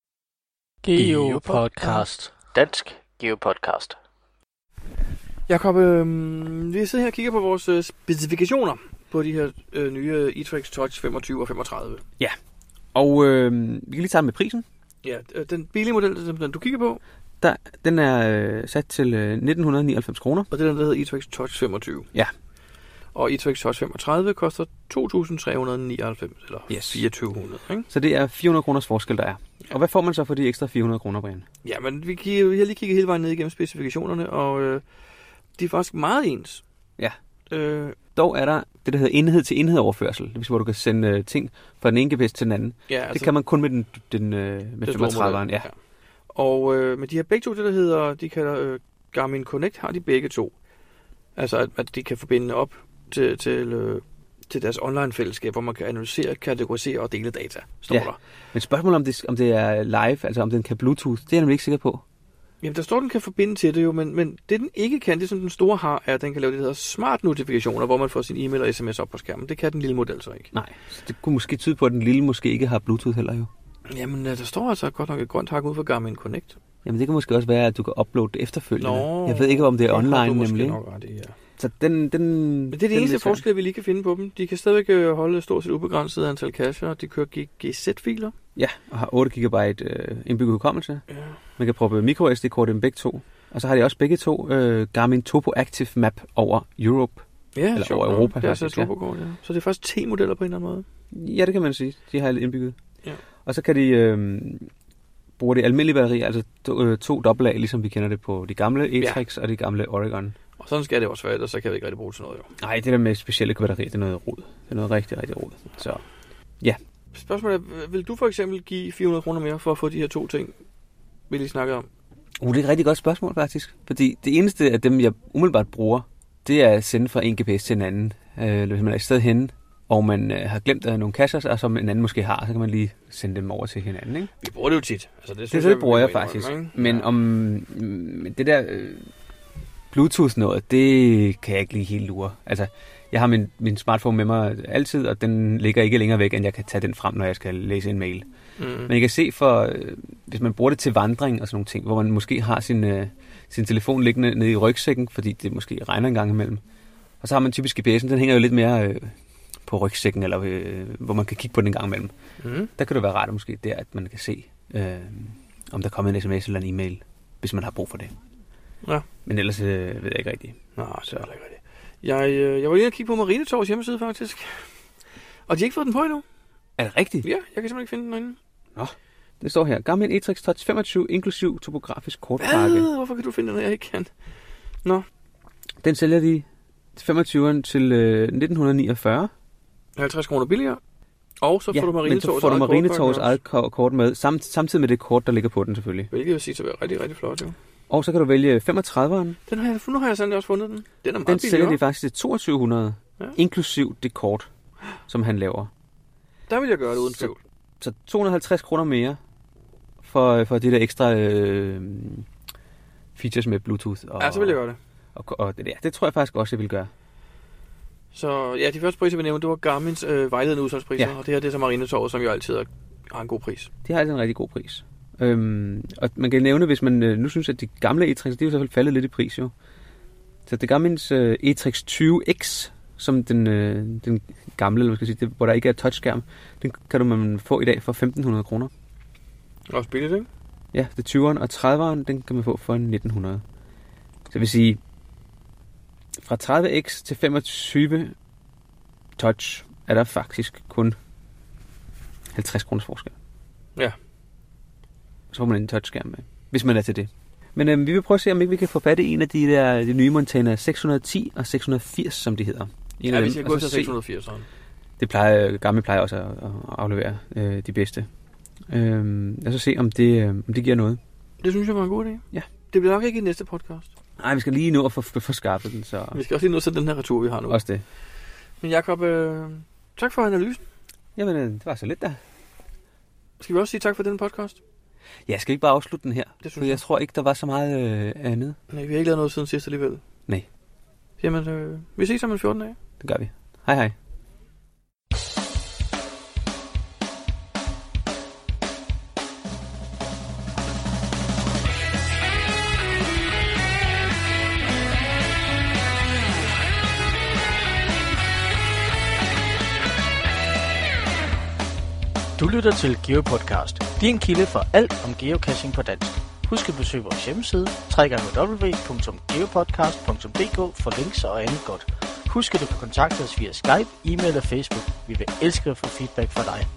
Speaker 3: GeoPodcast. Dansk GeoPodcast.
Speaker 1: Jakob, øh, vi sidder her og kigger på vores øh, specifikationer på de her øh, nye e-Trax Touch femogtyve og femogtredive.
Speaker 2: Ja, og øh, vi kan lige tage med prisen.
Speaker 1: Ja, øh, den billige model, den du kigger på,
Speaker 2: Der, den er øh, sat til øh, nitten nioghalvfems kroner.
Speaker 1: og det er den, der hedder e-Trax Touch femogtyve.
Speaker 2: Ja.
Speaker 1: Og e-Trax Touch femogtredive koster to tusind tre hundrede nioghalvfems, eller
Speaker 2: Yes.
Speaker 1: fireogtyve hundrede, ikke?
Speaker 2: Så det er fire hundrede kroners forskel, der er. Og hvad får man så for de ekstra fire hundrede kroner, Brian?
Speaker 1: Ja, men vi, kigger, vi har lige kigget hele vejen ned igennem specifikationerne, og øh, de er faktisk meget ens.
Speaker 2: Ja.
Speaker 1: Øh,
Speaker 2: Dog er der det, der hedder enhed til enhed overførsel. Det vil sige, hvor du kan sende øh, ting fra den ene G P S til den anden.
Speaker 1: ja,
Speaker 2: Altså, det kan man kun med den, den øh, med
Speaker 1: den store
Speaker 2: femogtrediveren.
Speaker 1: model.
Speaker 2: Ja.
Speaker 1: Og øh, med de her begge to, det der hedder, de kalder øh, Garmin Connect, har de begge to. Altså, at, at de kan forbinde op til, til, øh, til deres online-fællesskab, hvor man kan analysere, kategorisere og dele data, står
Speaker 2: Ja.
Speaker 1: der.
Speaker 2: Men spørgsmålet om det, om det er live, altså om den kan Bluetooth, det er jeg nemlig ikke sikker på.
Speaker 1: Jamen, der står, den kan forbinde til det jo, men, men det den ikke kan, det som den store har, er, at den kan lave det, der hedder smart notifikationer, hvor man får sin e-mail og sms op på skærmen. Det kan den lille model så ikke.
Speaker 2: Nej, så det kunne måske tyde på, at den lille måske ikke har Bluetooth heller jo.
Speaker 1: Jamen, øh, der står altså godt nok et grønt hak ud for Garmin Connect.
Speaker 2: Jamen det kan måske også være, at du kan uploade det efterfølgende.
Speaker 1: Nå,
Speaker 2: jeg ved ikke, om det er
Speaker 1: det har du
Speaker 2: online
Speaker 1: måske
Speaker 2: nemlig.
Speaker 1: nok ret i, ja.
Speaker 2: Så den, den,
Speaker 1: Men det er det eneste forskel, vi lige kan finde på dem. De kan stadigvæk øh, holde stort set ubegrænset antal cacher. De kører G Z-filer.
Speaker 2: Ja, og har otte gigabyte øh, indbygget hukommelse.
Speaker 1: Ja.
Speaker 2: Man kan proppe micro S D-kort i dem begge to. Og så har de også begge to øh, Garmin Topo Active Map over Europe.
Speaker 1: Ja,
Speaker 2: Eller
Speaker 1: sjovt
Speaker 2: over
Speaker 1: nok.
Speaker 2: Europa,
Speaker 1: Det er altså et
Speaker 2: faktisk, ja.
Speaker 1: turbokort, ja. Så det er faktisk T-modeller på en eller anden måde.
Speaker 2: Ja, det kan man sige. De har indbygget.
Speaker 1: Ja.
Speaker 2: Og så kan de øh, bruge det almindelige batteri, altså to, øh, to dobbelt A, ligesom vi kender det på de gamle e-Trax ja. og de gamle Oregon.
Speaker 1: Og sådan skal det også være, og så kan vi ikke rigtig bruge det til noget, jo.
Speaker 2: Nej, det der med specielle batteri, det er noget rod. Det er noget rigtig, rigtig rod. Så ja.
Speaker 1: Spørgsmålet er, vil du for eksempel give fire hundrede kroner mere for at få de her to ting, vi lige snakkede om?
Speaker 2: Uh, det er et rigtig godt spørgsmål, faktisk. Fordi det eneste af dem, jeg umiddelbart bruger, det er at sende fra en G P S til en anden. Øh, hvis man er et sted henne, og man øh, har glemt øh, nogle cacher, og som en anden måske har, så kan man lige sende dem over til hinanden, ikke?
Speaker 1: Vi bruger det jo tit. Altså, det
Speaker 2: Det,
Speaker 1: synes
Speaker 2: det, det bruger
Speaker 1: vi
Speaker 2: jeg
Speaker 1: må
Speaker 2: faktisk.
Speaker 1: indrømme, ikke?
Speaker 2: Men
Speaker 1: Ja.
Speaker 2: om men det der øh, Bluetooth noget, det kan jeg ikke lige helt lure. Altså, jeg har min, min smartphone med mig altid, og den ligger ikke længere væk, end jeg kan tage den frem, når jeg skal læse en mail.
Speaker 1: Mm.
Speaker 2: Men jeg kan se, for øh, hvis man bruger det til vandring og sådan nogle ting, hvor man måske har sin, øh, sin telefon liggende nede i rygsækken, fordi det måske regner en gang imellem. Og så har man typisk G P S'en, den hænger jo lidt mere øh, på rygsækken, eller øh, hvor man kan kigge på den en gang imellem.
Speaker 1: Mm.
Speaker 2: Der kan det være rart måske der, at man kan se, øh, om der kommer en sms eller en e-mail, hvis man har brug for det.
Speaker 1: Ja.
Speaker 2: Men ellers øh, ved jeg ikke rigtigt.
Speaker 1: Nej, så er det ikke rigtigt. Jeg, øh, jeg var lige at kigge på Marinetorvs hjemmeside, faktisk. Og de har ikke fået den på endnu.
Speaker 2: Er det rigtigt?
Speaker 1: Ja, jeg kan simpelthen ikke finde den derinde.
Speaker 2: Det står her. Garmin e-Trax Touch femogtyve, inklusiv topografisk kortpakke.
Speaker 1: Hvad? Hvorfor kan du finde den, når jeg ikke kan?
Speaker 2: Den sælger de femogtyveren til øh, nitten niogfyrre.
Speaker 1: halvtreds kroner billigere. Og så får du
Speaker 2: men så
Speaker 1: Marinetorvs
Speaker 2: får du
Speaker 1: eget
Speaker 2: Marinetorvs
Speaker 1: kortpakke
Speaker 2: eget ko- kort med, samt, samtidig med det kort, der ligger på den selvfølgelig.
Speaker 1: også. Hvilket vil sige til at være rigtig, rigtig flot, jo.
Speaker 2: Og så kan du vælge femogtrediveren.
Speaker 1: Den har jeg, nu har jeg sandelig også fundet den. Den er meget
Speaker 2: Den
Speaker 1: billig,
Speaker 2: sælger de
Speaker 1: jo.
Speaker 2: faktisk til toogtyve hundrede,
Speaker 1: Ja.
Speaker 2: ja. inklusiv det kort, som han laver.
Speaker 1: Der vil jeg gøre det uden
Speaker 2: Så-
Speaker 1: tvivl.
Speaker 2: Så to hundrede og halvtreds kroner mere for, for de der ekstra øh, features med Bluetooth. Og,
Speaker 1: Ja, så vil jeg gøre det.
Speaker 2: Og, og det der. Det tror jeg faktisk også, jeg vil gøre.
Speaker 1: Så ja, de første priser, vi nævnte, det var Garmins øh, vejledende udsalgspriser.
Speaker 2: Ja.
Speaker 1: Og det her det er så Marinetorvet, som jo altid er- har en god pris.
Speaker 2: Det har altid en rigtig god pris. Øhm, og man kan nævne, hvis man øh, nu synes, at de gamle e-Trax, de er jo i hvert fald faldet lidt i pris jo. Så det Garmins øh, e-Trax tyve X, som den, øh, den gamle, eller man skal sige, det, hvor der ikke er touchskærm, den kan du man få i dag for femten hundrede kroner.
Speaker 1: Også billigt, ikke?
Speaker 2: Ja, det tyveren og trediveren, den kan man få for nitten hundrede. Så det vil sige, fra tredive X til femogtyve Touch er der faktisk kun halvtreds kroners forskel.
Speaker 1: Ja.
Speaker 2: Så får man en touchskærm med, hvis man er til det. Men øh, vi vil prøve at se, om ikke vi kan få fat i en af de der de nye Montana seks hundrede og ti og seks hundrede og firs, som de hedder. En
Speaker 1: Ja,
Speaker 2: af
Speaker 1: vi
Speaker 2: dem,
Speaker 1: skal
Speaker 2: og
Speaker 1: gå
Speaker 2: så
Speaker 1: til
Speaker 2: se-
Speaker 1: seks hundrede og firs.
Speaker 2: Det plejer, gamle plejer også at, at aflevere øh, de bedste. Øhm, lad os se, om det, øh, om det giver noget.
Speaker 1: Det synes jeg var en god idé.
Speaker 2: Ja.
Speaker 1: Det bliver nok ikke i næste podcast.
Speaker 2: Nej, vi skal lige nå at få, få skaffet den. Så.
Speaker 1: Vi skal også lige nå til den her retur, vi har nu.
Speaker 2: Også det.
Speaker 1: Men Jacob, øh, tak for analysen.
Speaker 2: Jamen, øh, det var så lidt der.
Speaker 1: Skal vi også sige tak for den podcast?
Speaker 2: Ja, skal vi ikke bare afslutte den her?
Speaker 1: Det synes
Speaker 2: For jeg
Speaker 1: jeg.
Speaker 2: tror ikke, der var så meget øh, andet.
Speaker 1: Nej, vi har ikke lavet noget siden sidst alligevel.
Speaker 2: Nej.
Speaker 1: Jamen, øh, vi ses om en fjorten dage.
Speaker 2: Det gør vi. Hej hej.
Speaker 3: Du lytter til GeoPodcast, din kilde for alt om geocaching på dansk. Husk at besøge vores hjemmeside, w w w punktum geopodcast punktum d k for links og andet godt. Husk at du kan kontakte os via Skype, e-mail og Facebook. Vi vil elske at få feedback fra dig.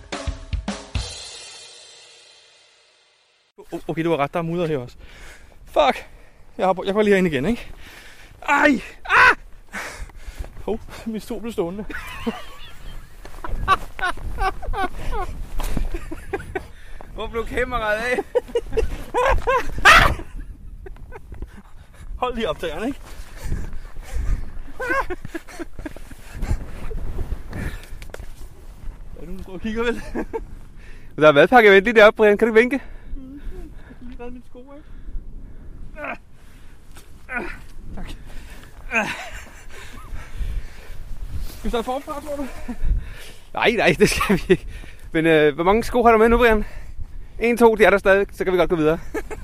Speaker 1: Okay, du har ret. Der er mudder her også. Fuck! Jeg, har, jeg går lige herind igen, ikke? Ej! Ah! Hov, min stol blev stående.
Speaker 2: Hvor blev kameraet af?
Speaker 1: Hold lige optageren, ikke? Er du står og kigger vel?
Speaker 2: Der er madpakke vent lige deroppe, Brian. Kan du vinke?
Speaker 1: Jeg kan lige redde mine sko, ikke? Ah. Ah. Tak. Ah. Skal vi starte forfra, tror du?
Speaker 2: Nej, nej, det skal vi ikke. Men øh, hvor mange sko har du med nu, Brian? En, to, de er der stadig, så kan vi godt gå videre.